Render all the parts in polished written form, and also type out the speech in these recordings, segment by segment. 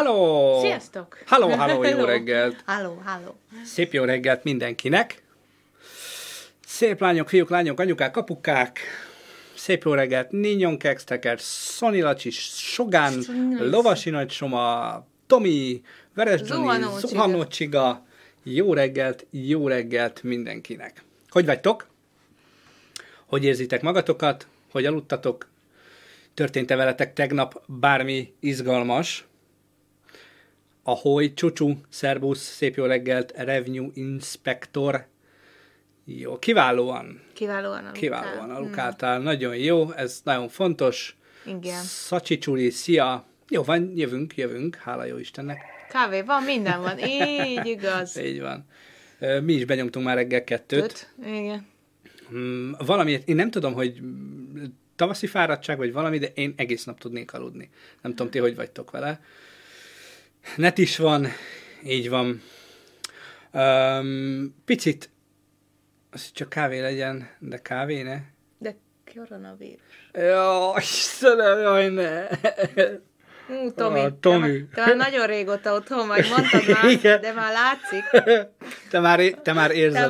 Halló! Sziasztok! Halló, jó reggelt! Halló. Szép jó reggelt mindenkinek! Szép lányok, fiúk, lányok, anyukák, apukák! Szép jó reggelt! Ninyon Kexteker, Szoni Lacsi, Sogán, Lovasi Nagy Soma, Tomi, Veres Johnny, Zuhanó Csiga. Jó reggelt mindenkinek! Hogy vagytok? Hogy érzitek magatokat? Hogy aludtatok? Történt-e veletek tegnap bármi izgalmas? Ahoy, csúcsú, szervusz, szép jó reggelt, Revenue Inspector. Jó, kiválóan alukáltál, nagyon jó, ez nagyon fontos. Igen. Szacsi csuli, szia. Jó van, jövünk, hála jó Istennek. Kávé van, minden van, így igaz. Így van. Mi is benyomtunk már reggel 2-t. Igen. Valamiért, én nem tudom, hogy tavaszi fáradtság, vagy valami, de én egész nap tudnék aludni. Nem tudom, ti hogy vagytok vele. Net is van, így van. Picit, az csak kávé legyen, de kávé ne. De koronavírus. Jaj, Istenem, jaj, ne. Tomi, te már nagyon régóta otthon vagy, mondtad már, igen. De már látszik. Te már érzed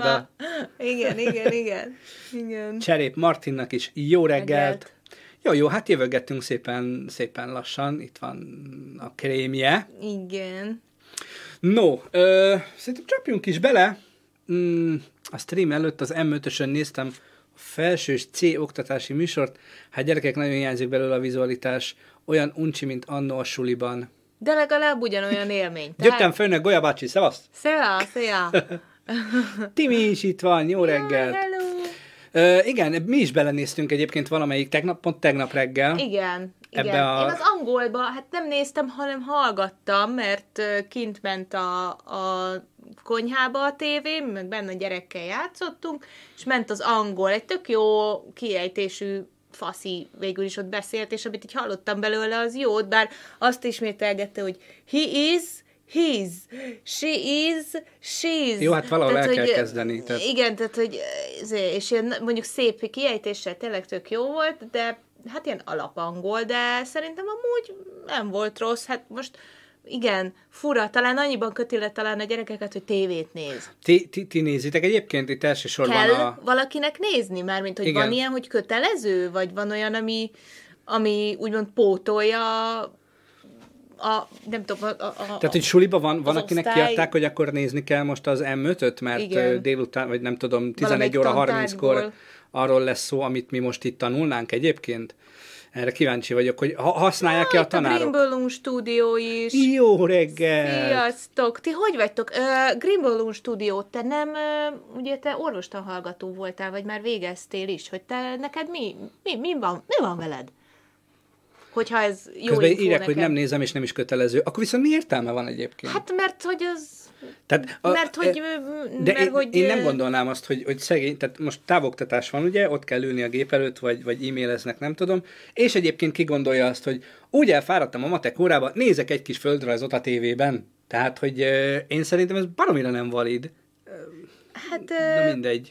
Igen. Cserép Martinnak is jó reggelt. Jó, hát jövögettünk szépen lassan, itt van a krémje. Igen. No, szerintem csapjunk is bele. A stream előtt az M5-ösön néztem a felsős C oktatási műsort. Hát gyerekek, nagyon hiányzik belőle a vizualitás. Olyan uncsi, mint annó a suliban. De legalább ugyanolyan élmény. Jöttem főnök, Golya bácsi, szevasz! Szia! Timi is itt van, jó reggelt! Hello! Igen, mi is belenéztünk egyébként valamelyik pont tegnap reggel. Igen. Én az angolba, hát nem néztem, hanem hallgattam, mert kint ment a konyhába a tévé, meg benne a gyerekkel játszottunk, és ment az angol, egy tök jó kiejtésű faszi végül is ott beszélt, és amit így hallottam belőle, az jó, bár azt ismételgette, hogy he is, his, she is, she's. Jó, hát valahol tehát, el kell kezdeni. Tehát... Igen, tehát, hogy és ilyen, mondjuk szép kiejtéssel tényleg tök jó volt, de hát ilyen alapangol, de szerintem amúgy nem volt rossz. Hát most igen, fura, talán annyiban köti le talán a gyerekeket, hogy tévét néz. Ti nézitek egyébként itt elsősorban kell valakinek nézni? Mármint, hogy igen. Van ilyen, hogy kötelező? Vagy van olyan, ami úgymond pótolja nem tudom, tehát, hogy suliba van akinek kiadták, hogy akkor nézni kell most az M5-öt, mert igen. Délután, vagy nem tudom, 11 óra 30-kor arról lesz szó, amit mi most itt tanulnánk egyébként. Erre kíváncsi vagyok, hogy használják-e a tanárok. A Green Balloon Studio is. Jó reggel! Sziasztok! Ti hogy vagytok? Green Balloon Studio, te nem, ugye te orvostanhallgató voltál, vagy már végeztél is, hogy te neked mi van veled? Hogyha ez jó közben info írják, neked. hogy nem nézem, és nem is kötelező. Akkor viszont mi értelme van egyébként? Hát mert hogy az... Tehát, én nem gondolnám azt, hogy szegény, tehát most távoktatás van, ugye, ott kell ülni a gép előtt, vagy e-maileznek, nem tudom, és egyébként ki gondolja azt, hogy úgy elfáradtam a matek órába, nézek egy kis földrajzot a tévében. Tehát, hogy én szerintem ez baromira nem valid. Hát... Na mindegy.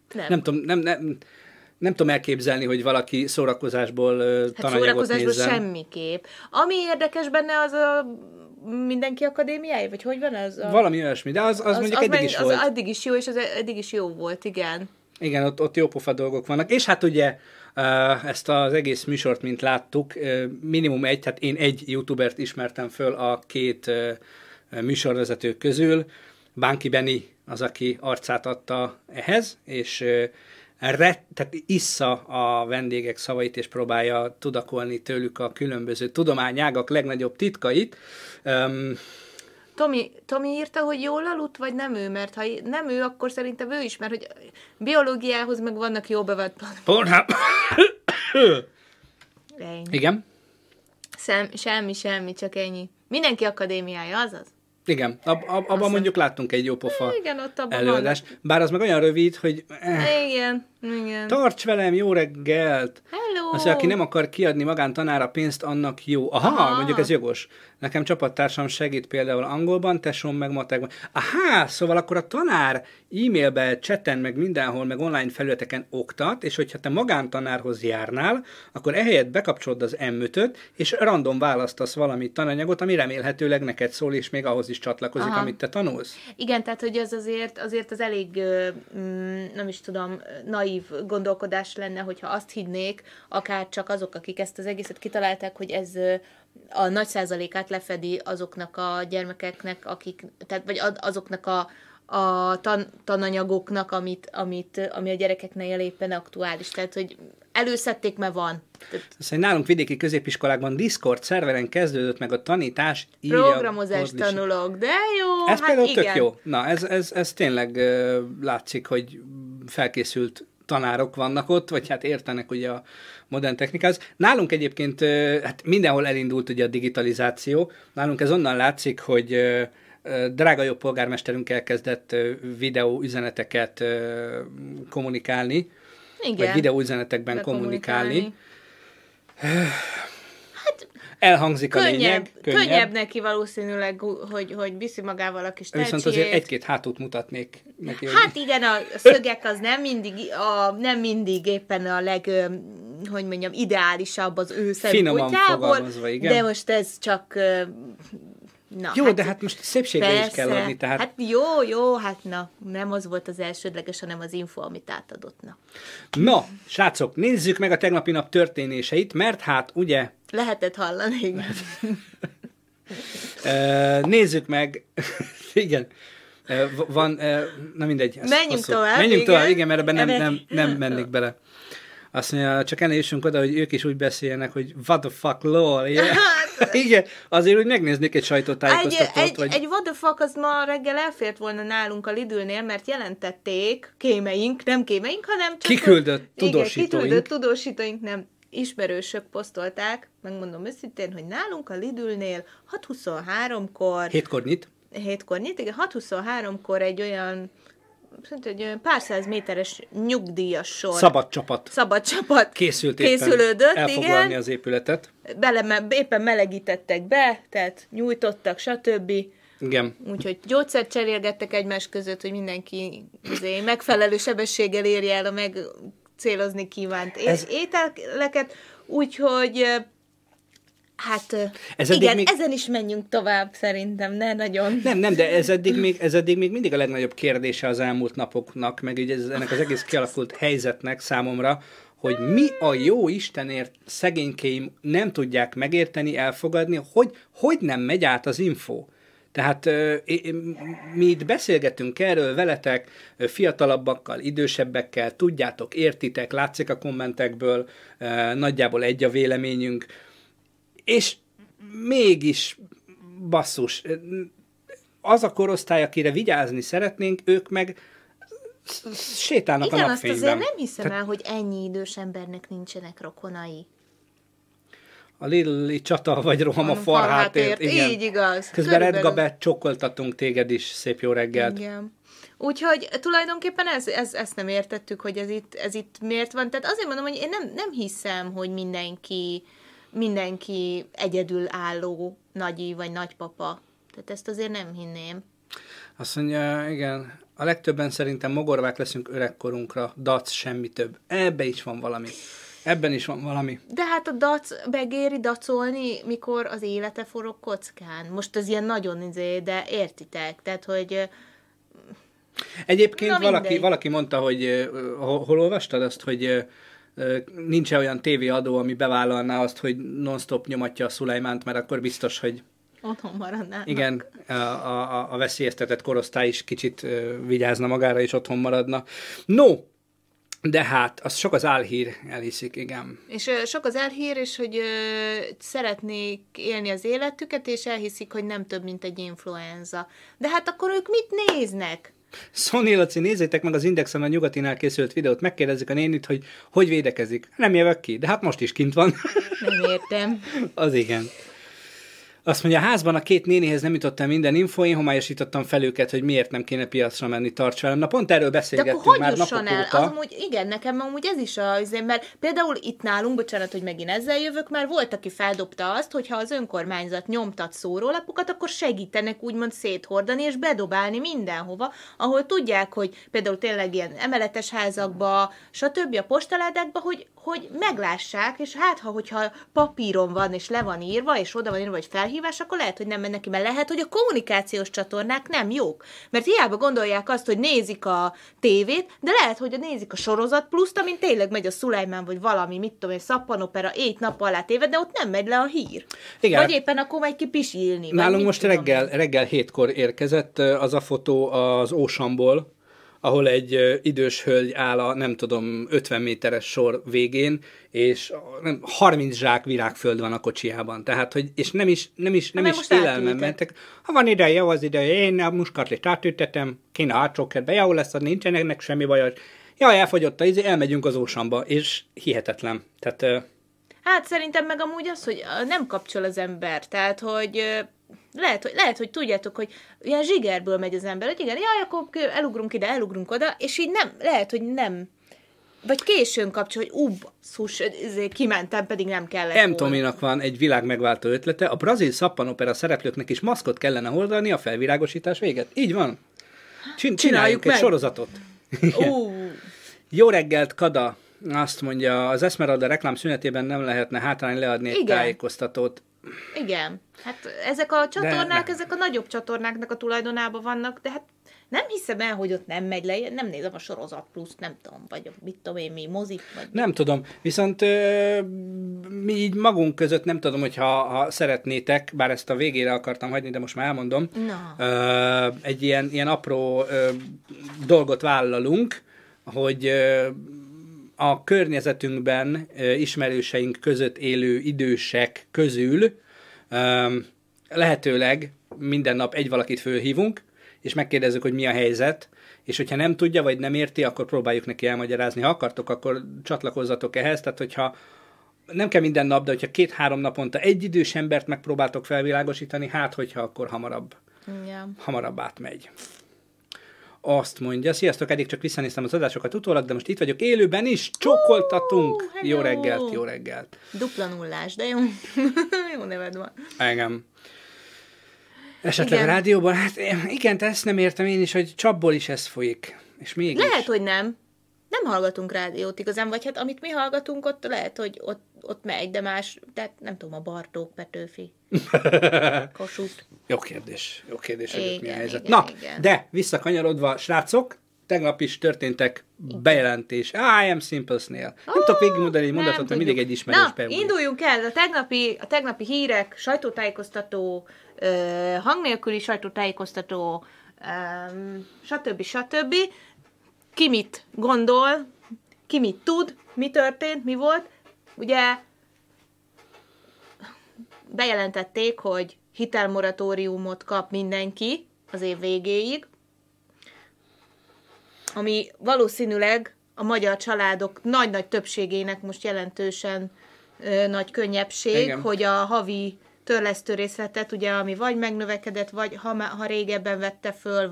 Nem tudom elképzelni, hogy valaki szórakozásból tananyagot nézzen. Szórakozásból semmiképp. Ami érdekes benne, az a Mindenki Akadémiája? Vagy hogy van az? Valami olyasmi, de az mondjuk eddig is volt. Az eddig is jó, és az eddig is jó volt, igen. Igen, ott jó pofa dolgok vannak. És hát ugye ezt az egész műsort, mint láttuk, minimum tehát én egy youtubert ismertem föl a két műsorvezető közül. Bánki Benny az, aki arcát adta ehhez, és tehát issza a vendégek szavait, és próbálja tudakolni tőlük a különböző tudományágak legnagyobb titkait. Tomi írta, hogy jól aludt, vagy nem ő? Mert ha nem ő, akkor szerintem ő is, mert hogy biológiához meg vannak jó bevett Pornhub. Igen. Semmi, csak ennyi. Mindenki Akadémiája, azaz? Igen, abban mondjuk láttunk egy jó pofa igen, ott előadást. Bár az meg olyan rövid, hogy... Igen. Tarts velem, jó reggelt! Hello! Azt mondja, aki nem akar kiadni magántanára pénzt, annak jó. Aha, mondjuk ez jogos. Nekem csapattársam segít például angolban, tesóm meg matekban. Aha, szóval akkor a tanár e-mailbe, chaten, meg mindenhol, meg online felületeken oktat, és hogyha te magántanárhoz járnál, akkor ehelyett bekapcsolod az M5-öt, és random választasz valami tananyagot, ami remélhetőleg neked szól, és még ahhoz is csatlakozik, amit te tanulsz. Igen, tehát hogy az azért az elég, nem is tudom, naív gondolkodás lenne, hogyha azt hinnék, akár csak azok, akik ezt az egészet kitalálták, hogy ez a nagy százalékát lefedi azoknak a gyermekeknek, vagy azoknak a tananyagoknak, ami a gyerekeknél éppen aktuális. Tehát, hogy előszedték, mert van. Aztán nálunk vidéki középiskolákban Discord szerveren kezdődött meg a tanítás. Programozást tanulok, de jó, ez például igen. Tök jó. Na, ez tényleg látszik, hogy felkészült tanárok vannak ott, vagy hát értenek ugye a modern technikához. Nálunk egyébként hát mindenhol elindult ugye a digitalizáció. Nálunk ez onnan látszik, hogy drága jó polgármesterünk elkezdett videóüzeneteket kommunikálni, igen, vagy videóüzenetekben kommunikálni. Hát elhangzik a lényeg. Könnyebb neki valószínűleg, hogy viszi magával a kis tehetségét. Viszont azért egy-két hátút mutatnék neki. Hát igen, a szögek az nem mindig éppen a ideálisabb az ő szempontjából, de most ez csak... Na, jó, hát, de hát most szépségre persze, is kell adni. Tehát... Hát jó, hát na, nem az volt az elsődleges, hanem az info, amit átadott. Na, srácok, nézzük meg a tegnapi nap történéseit, mert hát ugye... Lehetett hallani. Nézzük meg, igen, van, na mindegy. Menjünk tovább, igen, mert ebben nem mennék bele. Azt mondja, csak elnézünk oda, hogy ők is úgy beszéljenek, hogy what the fuck, lol. Yeah. Igen, azért úgy megnéznék egy sajtótájékoztatót. Egy what the fuck az ma reggel elfért volna nálunk a Lidlnél, mert jelentették nem kémeink, hanem csak... Kiküldött tudósítóink, nem ismerősök posztolták, megmondom őszintén, hogy nálunk a Lidlnél 6:23-kor... 7-kor nyit, igen, 6:23-kor egy olyan pár száz méteres nyugdíjas sor. Szabad csapat. Készülődött, elfoglalni igen. Az épületet. Éppen melegítettek be, tehát nyújtottak, stb. Igen. Úgyhogy gyógyszert cserélgettek egymás között, hogy mindenki megfelelő sebességgel érje el a megcélozni kívánt ételeket. Úgyhogy hát ezen is menjünk tovább, szerintem, ne nagyon. Nem, de ez eddig még mindig a legnagyobb kérdése az elmúlt napoknak, meg ugye ennek az egész kialakult helyzetnek számomra, hogy mi a jó Istenért szegénykéim nem tudják megérteni, elfogadni, hogy nem megy át az info. Tehát mi itt beszélgetünk erről veletek, fiatalabbakkal, idősebbekkel, tudjátok, értitek, látszik a kommentekből, nagyjából egy a véleményünk, és mégis, basszus, az a korosztály, akire vigyázni szeretnénk, ők meg sétálnak a napfényben. Igen, azt azért nem hiszem el, hogy ennyi idős embernek nincsenek rokonai. A Lilli csata vagy roham a farhátért. Igen. Így igaz. Közben Redgabet csokkoltatunk téged is, szép jó reggelt. Igen. Úgyhogy tulajdonképpen ezt nem értettük, hogy ez itt miért van. Tehát azért mondom, hogy én nem hiszem, hogy mindenki egyedül álló nagyi vagy nagypapa. Tehát ezt azért nem hinném. Azt mondja, igen, a legtöbben szerintem mogorvák leszünk öregkorunkra, dac, semmi több. Ebben is van valami. De hát a dac megéri dacolni, mikor az élete forog kockán. Most ez ilyen nagyon de értitek. Tehát, hogy... Egyébként valaki mondta, hogy hol olvastad azt, hogy nincs olyan tévéadó, ami bevállalná azt, hogy non-stop nyomatja a Szulajmánt, mert akkor biztos, hogy otthon maradnának. Igen, a veszélyeztetett korosztály is kicsit vigyázna magára, és otthon maradna. No, de hát, az sok az álhír, elhiszik, igen. És sok az álhír, és hogy szeretnék élni az életüket, és elhiszik, hogy nem több, mint egy influenza. De hát akkor ők mit néznek? Szóni Laci, nézzétek meg az Indexen a Nyugatinál készült videót, megkérdezzük a nénit, hogy védekezik. Nem jövök ki, de hát most is kint van. Nem értem. Az igen. Azt mondja, a házban a két nénihez nem jutottam minden info, én homályosítottam fel őket, hogy miért nem kéne piacra menni, tarts velem. Na pont erről beszélgettünk már napok óta. Az amúgy, igen, nekem amúgy ez is mert például itt nálunk, bocsánat, hogy megint ezzel jövök, már volt, aki feldobta azt, hogyha az önkormányzat nyomtat szórólapokat, akkor segítenek úgymond széthordani és bedobálni mindenhova, ahol tudják, hogy például tényleg ilyen emeletes házakba, stb. A postaládákba, hogy meglássák, és hát, hogyha papíron van, és le van írva, és oda van írva, hogy felhívás, akkor lehet, hogy nem mennek ki, mert lehet, hogy a kommunikációs csatornák nem jók. Mert hiába gondolják azt, hogy nézik a tévét, de lehet, hogy nézik a Sorozat Pluszt, amin tényleg megy a Szulajmán, vagy valami, mit tudom én, szappanopera 7 nap alá téved, de ott nem megy le a hír. Igen. Vagy éppen akkor megy ki pisilni. Nálunk most reggel 7-kor érkezett az a fotó az Oceanból, ahol egy idős hölgy áll a, nem tudom, 50 méteres sor végén, és 30 zsák virágföld van a kocsijában. Tehát, hogy, és nem is élelmen mentek. Ha van ideje, jó az ideje, én a muskatlét átültetem, kéne átsokerbe, jó lesz, nincsen ennek semmi baj. Jaj, elfogyott a elmegyünk az Oceanba, és hihetetlen. Tehát... Hát szerintem meg amúgy az, hogy nem kapcsol az ember, tehát, hogy... Lehet, hogy tudjátok, hogy ilyen zsigerből megy az ember, hogy igen, jaj, akkor elugrunk ide, elugrunk oda, és így nem, lehet, hogy nem, vagy későn kapcsol, hogy basszus, kimentem, pedig nem kellett. M. Tominak van egy világ megváltó ötlete, a brazil szappanopera szereplőknek is maszkot kellene hordani a felvilágosítás véget. Így van. Csináljuk egy sorozatot. Jó reggelt, Kada! Azt mondja, az Esmeralda reklám szünetében nem lehetne hátrány leadni egy tájékoztatót. Igen. Hát ezek a csatornák, ezek a nagyobb csatornáknak a tulajdonában vannak, de hát nem hiszem el, hogy ott nem megy le, nem nézem a Sorozat Pluszt, nem tudom, vagy mit tudom én, mi mozik, vagy... Nem tudom, viszont mi így magunk között nem tudom, hogyha szeretnétek, bár ezt a végére akartam hagyni, de most már elmondom, egy ilyen apró dolgot vállalunk, hogy a környezetünkben ismerőseink között élő idősek közül lehetőleg minden nap egy valakit fölhívunk, és megkérdezzük, hogy mi a helyzet, és hogyha nem tudja, vagy nem érti, akkor próbáljuk neki elmagyarázni. Ha akartok, akkor csatlakozzatok ehhez, tehát hogyha nem kell minden nap, de hogyha 2-3 naponta egy idős embert megpróbáltok felvilágosítani, hát hogyha akkor hamarabb átmegy. Azt mondja, sziasztok, eddig csak visszanéztem az adásokat utólag, de most itt vagyok élőben is, csókoltatunk! Jó reggelt, jó reggelt! Dupla nullás, de jó, jó neved van. Engem. Esetleg igen. Rádióban, hát igen, te ezt nem értem én is, hogy csapból is ez folyik. És mégis. Lehet, hogy nem. Nem hallgatunk rádiót igazán, vagy hát amit mi hallgatunk, ott lehet, hogy ott megy, de más, tehát nem tudom, a Bartók, Petőfi, Kossuth. Jó kérdés, hogy mi a helyzet. Na, igen. De visszakanyarodva, srácok, tegnap is történtek bejelentés. I am Simple Snail. Nem tudok végigmondani egy mondatot, mert mindig egy ismerős beúlik. Induljunk el, a tegnapi hírek, sajtótájékoztató, hang nélküli sajtótájékoztató, stb. Ki mit gondol, ki mit tud, mi történt, mi volt. Ugye bejelentették, hogy hitelmoratóriumot kap mindenki az év végéig, ami valószínűleg a magyar családok nagy-nagy többségének most jelentősen nagy könnyebbség, igen. Hogy a havi törlesztő részletet, ugye, ami vagy megnövekedett, vagy ha régebben vette föl,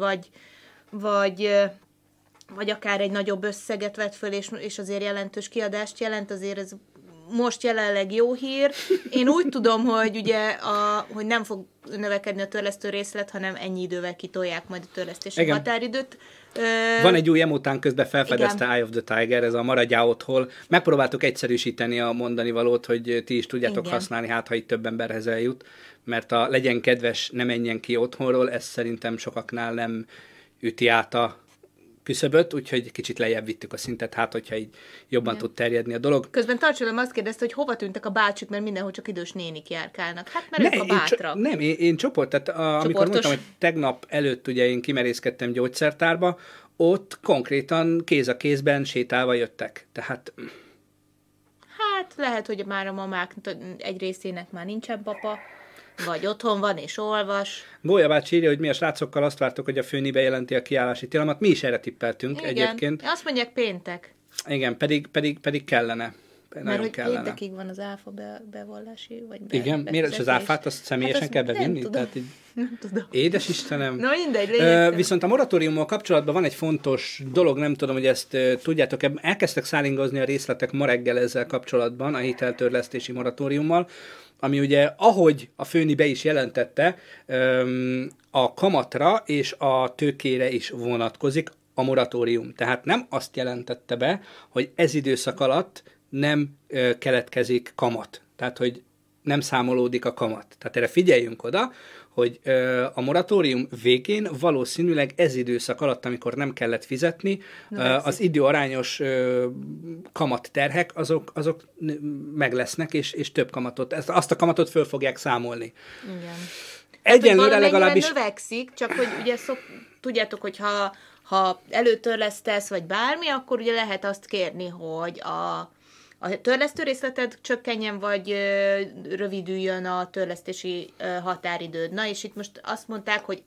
vagy akár egy nagyobb összeget vett föl, és azért jelentős kiadást jelent, azért ez most jelenleg jó hír. Én úgy tudom, hogy ugye hogy nem fog növekedni a törlesztő részlet, hanem ennyi idővel kitolják majd a törlesztési határidőt. Van egy új emotán, közben felfedezte igen. Eye of the Tiger, ez a maradjál otthon. Megpróbáltuk egyszerűsíteni a mondani valót, hogy ti is tudjátok igen. használni, hát ha itt több emberhez eljut, mert a legyen kedves, ne menjen ki otthonról, ez szerintem sokaknál nem üti át a küszöböt, úgyhogy kicsit lejjebb vittük a szintet, hát hogyha így jobban tud terjedni a dolog. Közben Tarcsolom azt kérdezte, hogy hova tűntek a bácsik, mert mindenhol csak idős nénik járkálnak. Hát mert ők a bátrak. Én csoport, tehát amikor mondtam, hogy tegnap előtt ugye én kimerészkedtem gyógyszertárba, ott konkrétan kéz a kézben sétálva jöttek. Tehát... Hát lehet, hogy már a mamák egy részének már nincsen papa, vagy otthon van és olvas. Gólya bácsi írja, hogy mi a srácokkal azt vártok, hogy a főni bejelenti a kiállási tilalmat. Mi is erre tippeltünk. Igen. Egyébként. Azt mondják péntek. Igen, pedig kellene. Mert hogy péntekig van az áfa bevallási, vagy igen, miért az áfát azt személyesen kell bevinni? Nem tudom. Tehát így, nem tudom. Édes Istenem. Na mindegy, viszont a moratóriummal kapcsolatban van egy fontos dolog, nem tudom, hogy ezt tudjátok, elkezdtek szállingozni a részletek ma reggel ezzel kapcsolatban, a hiteltörlesztési moratóriummal, ami ugye, ahogy a főni be is jelentette, a kamatra és a tőkére is vonatkozik a moratórium. Tehát nem azt jelentette be, hogy ez időszak alatt nem keletkezik kamat. Tehát, hogy nem számolódik a kamat. Tehát erre figyeljünk oda, hogy a moratórium végén valószínűleg ez időszak alatt, amikor nem kellett fizetni, az időarányos kamatterhek, azok meg lesznek, és több kamatot, azt a kamatot föl fogják számolni. Igen. Egyenlőre legalábbis... növekszik, csak hogy ugye tudjátok, hogy ha előtörlesztesz, vagy bármi, akkor ugye lehet azt kérni, hogy a törlesztő részleted csökkenjen, vagy rövidüljön a törlesztési határidőd. Na, és itt most azt mondták, hogy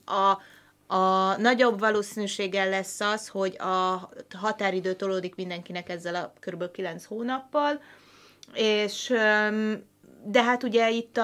a nagyobb valószínűséggel lesz az, hogy a határidő tolódik mindenkinek ezzel a kb. 9 hónappal, és de hát ugye itt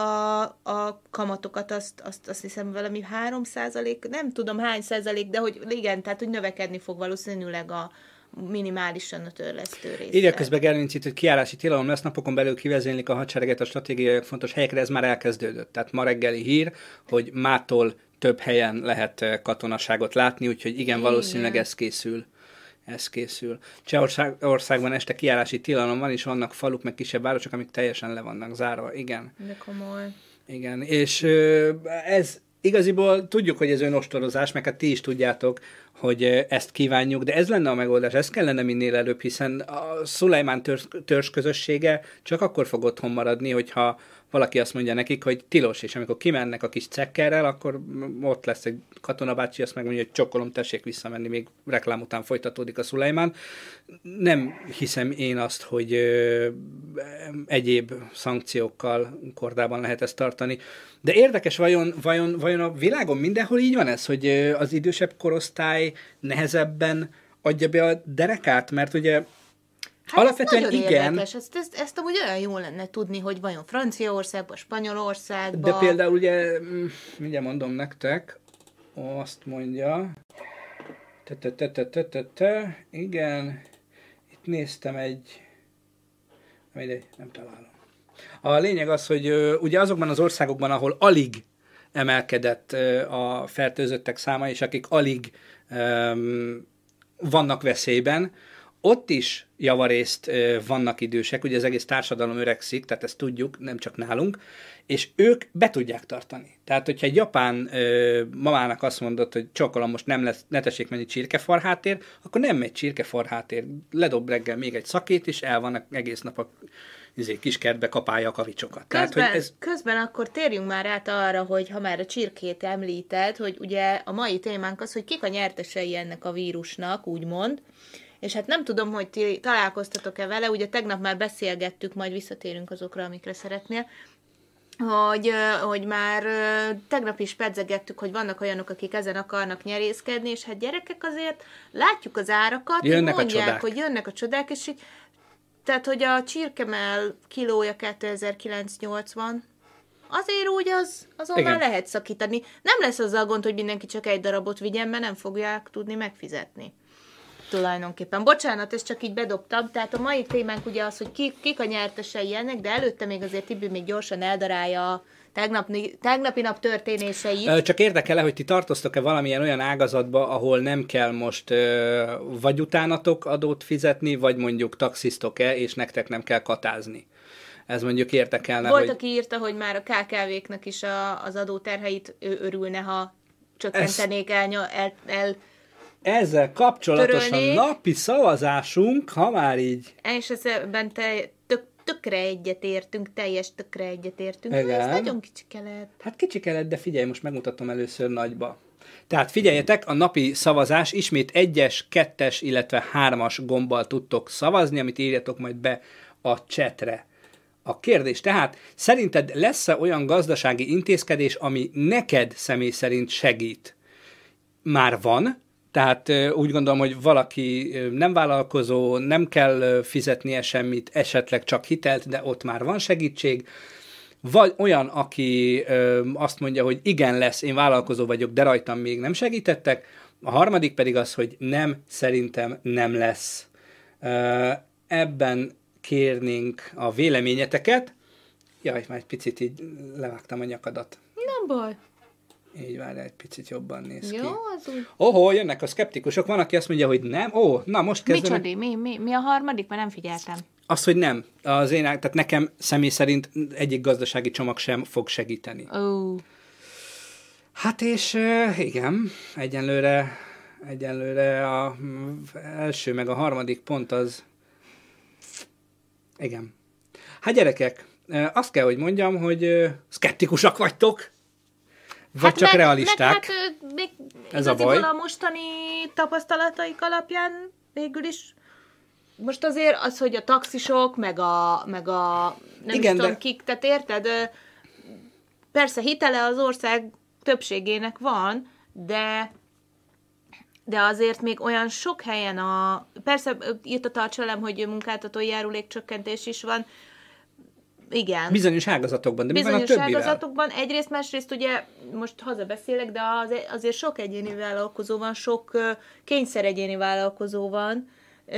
a kamatokat azt hiszem valami 3%, nem tudom hány százalék, de hogy igen, tehát hogy növekedni fog valószínűleg minimálisan a törlesztő része. Írja közben Gerincit, hogy kiállási tilalom lesz, napokon belül kivezénylik a hadsereget a stratégiai fontos helyekre, ez már elkezdődött. Tehát ma reggeli hír, hogy mától több helyen lehet katonaságot látni, úgyhogy igen, valószínűleg ez készül. Ez készül. Csehországban este kiállási tilalom van, és vannak faluk, meg kisebb városok, amik teljesen le vannak zárva. Igen. De komoly. Igen, és ez igaziból tudjuk, hogy ez önostorozás, meg hát ti is tudjátok, hogy ezt kívánjuk, de ez lenne a megoldás, ez kellene minél előbb, hiszen a Szulajmán törzs közössége csak akkor fog otthon maradni, hogyha valaki azt mondja nekik, hogy tilos, és amikor kimennek a kis cekkerrel, akkor ott lesz egy katonabácsi, azt megmondja, hogy csokolom, tessék visszamenni, még reklám után folytatódik a Szulajmán. Nem hiszem én azt, hogy egyéb szankciókkal kordában lehet ezt tartani. De érdekes, vajon a világon mindenhol így van ez, hogy az idősebb korosztály nehezebben adja be a derekát, mert ugye hát alapvetően ez nagyon igen. Érdekes, ezt amúgy olyan jó lenne tudni, hogy vajon Franciaországban, Spanyolországban. De például ugye, mindjárt mondom nektek, azt mondja, igen, itt néztem nem találom. A lényeg az, hogy ugye azokban az országokban, ahol alig emelkedett a fertőzöttek száma, és akik alig vannak veszélyben, ott is javarészt vannak idősek, ugye az egész társadalom öregszik, tehát ezt tudjuk, nem csak nálunk, és ők be tudják tartani. Tehát, hogyha egy japán mamának azt mondod, hogy csokolom, most ne tessék menni csirkefarhátér, akkor nem megy csirkefarhátér, ledob reggel még egy szakét, és el van egész nap a kiskertbe kapálja a kavicsokat. Közben akkor térjünk már át arra, hogy ha már a csirkét említed, hogy ugye a mai témánk az, hogy kik a nyertesei ennek a vírusnak, úgymond, és hát nem tudom, hogy ti találkoztatok-e vele, ugye tegnap már beszélgettük, majd visszatérünk azokra, amikre szeretnél, hogy már tegnap is pedzegettük, hogy vannak olyanok, akik ezen akarnak nyerészkedni, és hát gyerekek azért látjuk az árakat, mondják, hogy jönnek a csodák, és így, tehát, hogy a csirkemell kilója 2980, azért úgy azon már lehet szakítani. Nem lesz az a gond, hogy mindenki csak egy darabot vigyen, mert nem fogják tudni megfizetni. Tulajdonképpen. Bocsánat, ezt csak így bedobtam. Tehát a mai témánk ugye az, hogy kik a nyertesei ennek, de előtte még azért Tibi még gyorsan eldarálja a tegnapi nap történéseit. Csak érdekel-e, hogy ti tartoztok-e valamilyen olyan ágazatba, ahol nem kell most vagy utánatok adót fizetni, vagy mondjuk taxisztok-e, és nektek nem kell katázni. Ez mondjuk érdekelne, Volt, aki írta, hogy már a KKV-knek is az adóterheit örülne, ha csökkentenék el ezzel kapcsolatosan törölni. Napi szavazásunk, ha már így... És ebben tökre egyetértünk, tökre egyetértünk. Ez nagyon kicsike lett. Hát kicsike lett, de figyelj, most megmutatom először nagyba. Tehát figyeljetek, a napi szavazás ismét 1-es, 2-es, illetve 3-as gombbal tudtok szavazni, amit írjatok majd be a chatre. A kérdés tehát, szerinted lesz-e olyan gazdasági intézkedés, ami neked személy szerint segít? Már van, Tehát úgy gondolom, hogy valaki nem vállalkozó, nem kell fizetnie semmit, esetleg csak hitelt, de ott már van segítség. Vagy olyan, aki azt mondja, hogy igen lesz, én vállalkozó vagyok, de rajtam még nem segítettek. A harmadik pedig az, hogy nem, szerintem nem lesz. Ebben kérnénk a véleményeteket. Jaj, már egy picit így levágtam a nyakadat. Nem baj. Így várj, egy picit jobban néz ki. Jó, az úgy. Jönnek a szkeptikusok. Van, aki azt mondja, hogy nem. Na most kezdenek. Micsoda? Mi a harmadik? Mert nem figyeltem. Az, hogy nem. Tehát nekem személy szerint egyik gazdasági csomag sem fog segíteni. Hát és igen, egyenlőre a első meg a harmadik pont az... Igen. Hát gyerekek, azt kell, hogy mondjam, hogy szkeptikusak vagytok, vagy csak realisták. Ez a baj. A mostani tapasztalataik alapján végül is most azért az, hogy a taxisok, meg a nem igen, is tudom kik, tehát érted? Persze hitele az ország többségének van, de azért még olyan sok helyen persze írt a Tarcselem, hogy munkáltatói járulékcsökkentés is van, igen. Bizonyos ágazatokban, de bizonyos mi van a többivel? Ágazatokban. Egyrészt, másrészt ugye, most hazabeszélek, de azért sok egyéni vállalkozó van, sok kényszer egyéni vállalkozó van,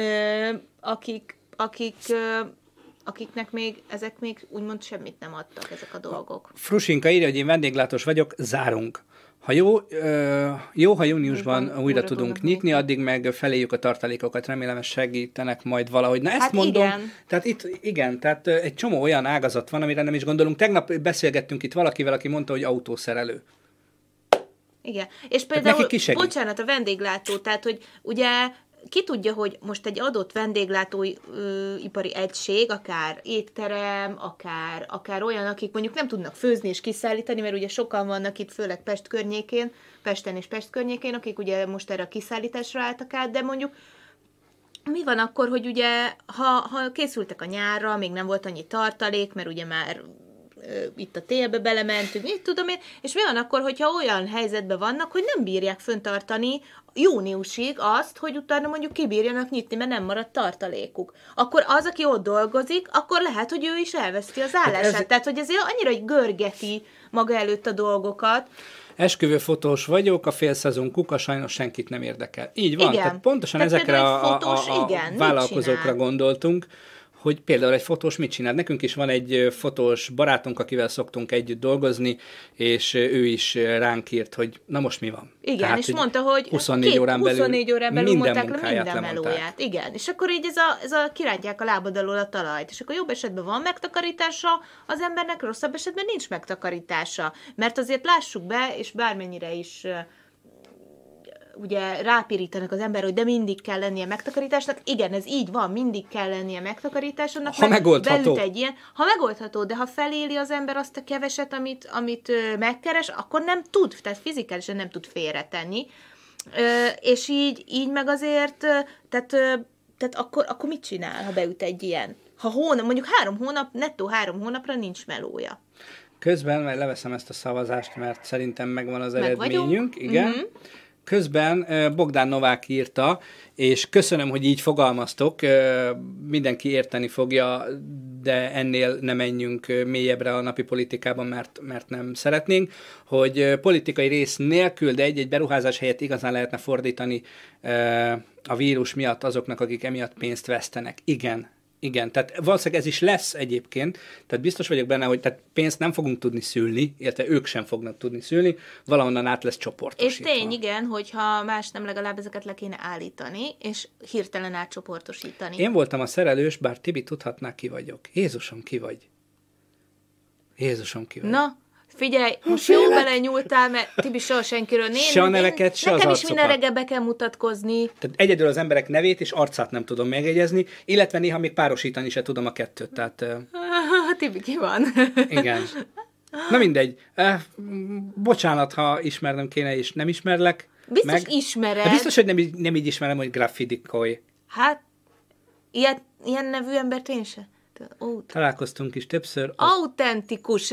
akiknek még ezek még úgymond semmit nem adtak, ezek a dolgok. Frusinka írja, hogy én vendéglátós vagyok, zárunk. Ha ha júniusban újra tudunk nyitni, addig meg feléjük a tartalékokat, remélem segítenek majd valahogy. Na ezt hát mondom, igen. Tehát egy csomó olyan ágazat van, amire nem is gondolunk. Tegnap beszélgettünk itt valakivel, aki mondta, hogy autószerelő. Igen, és például, bocsánat, a vendéglátó, tehát, hogy ugye ki tudja, hogy most egy adott vendéglátóipari egység, akár étterem, akár olyan, akik mondjuk nem tudnak főzni és kiszállítani, mert ugye sokan vannak itt, főleg Pesten és Pest környékén, akik ugye most erre a kiszállításra álltak át, de mondjuk mi van akkor, hogy ugye, ha készültek a nyárra, még nem volt annyi tartalék, mert ugye már itt a télbe belementünk, mit tudom én, és mi van akkor, hogyha olyan helyzetben vannak, hogy nem bírják föntartani júniusig azt, hogy utána mondjuk kibírjanak nyitni, mert nem maradt tartalékuk. Akkor az, aki ott dolgozik, akkor lehet, hogy ő is elveszti az állását. Tehát, hogy ezért annyira, hogy görgeti maga előtt a dolgokat. Esküvő fotós vagyok, a félszezon kuka, sajnos senkit nem érdekel. Így van, igen. Tehát pontosan tehát ezekre a vállalkozókra gondoltunk, hogy például egy fotós mit csinál. Nekünk is van egy fotós barátunk, akivel szoktunk együtt dolgozni, és ő is ránk írt, hogy na most mi van. Igen, tehát, és mondta, hogy 24 órán belül mondták le minden melóját. Igen, és akkor így ez a kirántják a lábad alól a talajt, és akkor jobb esetben van megtakarítása az embernek, rosszabb esetben nincs megtakarítása. Mert azért lássuk be, és bármennyire is ugye rápirítanak az ember, hogy de mindig kell lennie megtakarításnak. Igen, ez így van, mindig kell lennie megtakarításnak. Ha megoldható. Ha megoldható, de ha feléli az ember azt a keveset, amit megkeres, akkor nem tud, tehát fizikálisan nem tud félretenni. És így meg azért, tehát akkor mit csinál, ha beüt egy ilyen? Ha mondjuk 3 hónap, nettó 3 hónapra nincs melója. Közben, majd leveszem ezt a szavazást, mert szerintem megvan az eredményünk. Igen. Mm-hmm. Közben Bogdán Novák írta, és köszönöm, hogy így fogalmaztok, mindenki érteni fogja, de ennél nem menjünk mélyebbre a napi politikában, mert nem szeretnénk, hogy politikai rész nélkül, de egy-egy beruházás helyett igazán lehetne fordítani a vírus miatt azoknak, akik emiatt pénzt vesztenek. Igen, tehát valószínűleg ez is lesz egyébként, tehát biztos vagyok benne, hogy tehát pénzt nem fogunk tudni szülni, illetve ők sem fognak tudni szülni, valahonnan át lesz csoportosítva. És tény, igen, hogyha más nem, legalább ezeket le kéne állítani, és hirtelen átcsoportosítani. Én voltam a szerelős, bár Tibi tudhatná, ki vagyok. Jézusom, ki vagy? Na, figyelj, most jó belenyúltál, mert Tibi soha senkiről se a neveket, se az nekem arcokat. Is minden reggel be kell mutatkozni. Tehát egyedül az emberek nevét és arcát nem tudom megjegyezni, illetve néha még párosítani se tudom a kettőt. Tehát, Tibi ki van. Igen. Na mindegy. Bocsánat, ha ismernem kéne, és nem ismerlek. Biztos ismered. De biztos, hogy nem így ismerem, hogy Graffidikoy. Hát, ilyen nevű embert én se. Találkoztunk is többször. Autentikus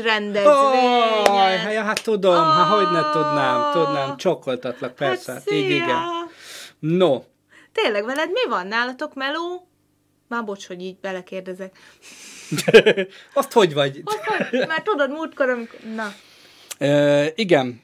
rendezvényen. Hát tudom, hogy ne tudnám, csokkoltatlak, persze. Hát, így igen. No. Tényleg veled mi van? Nálatok meló? Már bocs, hogy így belekérdezek. Azt hogy vagy? Mert tudod, múltkor, amikor... Na. Igen.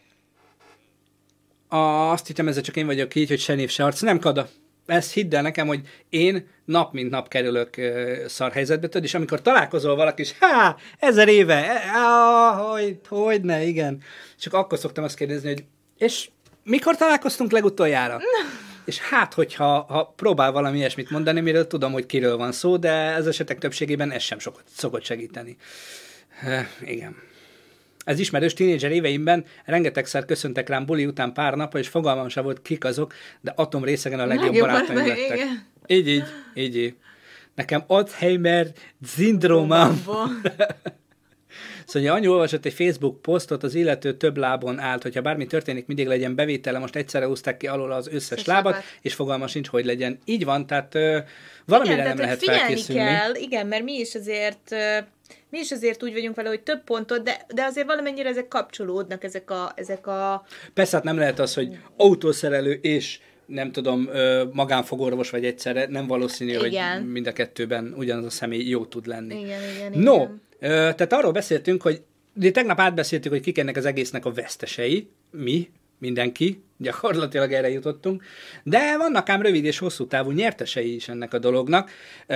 Azt hittem, ezzel csak én vagyok így, hogy se név, se arc. Nem, Kada. Ezt hidd el nekem, hogy én nap mint nap kerülök szar helyzetbe, tudod, és amikor találkozol valaki, és 1000 éve, hogyne, igen. Csak akkor szoktam azt kérdezni, hogy és mikor találkoztunk legutoljára? És hát, hogyha próbál valami ilyesmit mondani, miről tudom, hogy kiről van szó, de ez esetek többségében ez sem szokott segíteni. Igen. Ez ismerős, tínédzser éveimben rengetegszer köszöntek rám buli után pár napra, és fogalmam sem volt, kik azok, de atomrészegen a legjobb barátaim lettek. Így. Nekem Alzheimer szindrómám. Szóval anyu olvasott egy Facebook posztot, az illető több lábon állt, hogyha bármi történik, mindig legyen bevétele, most egyszerre húzták ki alól az összes lábat, és fogalma sincs, hogy legyen. Így van, tehát valamire igen, nem lehet felkészülni. Kell, igen, mert mi is azért úgy vagyunk vele, hogy több pontot, de azért valamennyire ezek kapcsolódnak, ezek a... Persze, hát nem lehet az, hogy autószerelő és nem tudom, magánfogorvos vagy egyszerre, nem valószínű, igen. Hogy mind a kettőben ugyanaz a személy jó tud lenni. Igen. No, tehát arról beszéltünk, hogy tegnap átbeszéltük, hogy kik ennek az egésznek a vesztesei, mindenki, gyakorlatilag erre jutottunk, de vannak ám rövid és hosszú távú nyertesei is ennek a dolognak.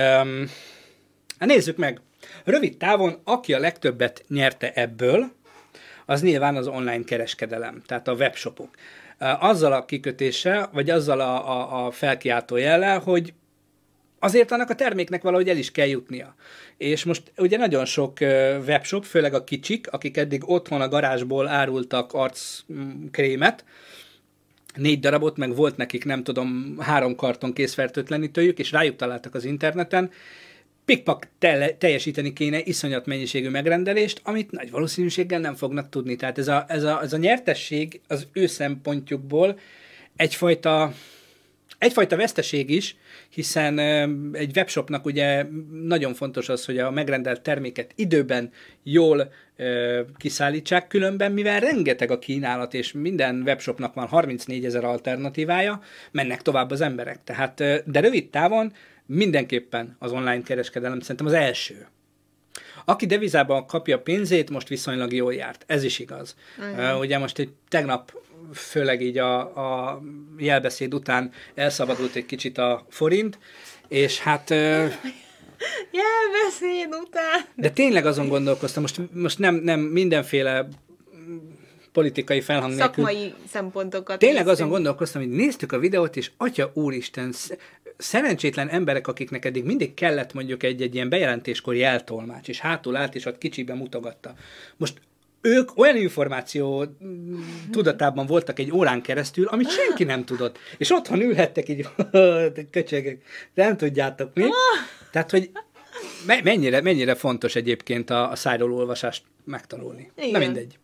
Nézzük meg. Rövid távon, aki a legtöbbet nyerte ebből, az nyilván az online kereskedelem, tehát a webshopok. Azzal a kikötéssel, vagy azzal a felkiáltó jellel, hogy azért annak a terméknek valahogy el is kell jutnia. És most ugye nagyon sok webshop, főleg a kicsik, akik eddig otthon a garázsból árultak arckrémet, 4 darabot, meg volt nekik, nem tudom, 3 karton készfertőtlenítőjük, és rájuk találtak az interneten, pikpak teljesíteni kéne iszonyat mennyiségű megrendelést, amit nagy valószínűséggel nem fognak tudni. Tehát ez a nyertesség az ő szempontjukból egyfajta veszteség is, hiszen egy webshopnak ugye nagyon fontos az, hogy a megrendelt terméket időben jól kiszállítsák, különben, mivel rengeteg a kínálat, és minden webshopnak van 34 000 alternatívája, mennek tovább az emberek. Tehát, de rövid távon mindenképpen az online kereskedelem szerintem az első. Aki devizában kapja pénzét, most viszonylag jól járt. Ez is igaz. Ugye most tegnap, főleg így a jelbeszéd után elszabadult egy kicsit a forint, és hát... Jelbeszéd után! De tényleg azon gondolkoztam, most nem mindenféle politikai felhang nélkül. Szakmai szempontokat. Tényleg azon gondolkoztam, hogy néztük a videót, és Atya Úristen, szerencsétlen emberek, akiknek eddig mindig kellett mondjuk egy ilyen bejelentéskor jeltolmács, és hátul állt, és ott kicsiben mutogatta. Most ők olyan információ tudatában voltak egy órán keresztül, amit senki nem tudott. És otthon ülhettek így, köcsögök, nem tudjátok mi. Tehát, hogy mennyire fontos egyébként a szájról olvasást megtanulni. Igen. Na mindegy.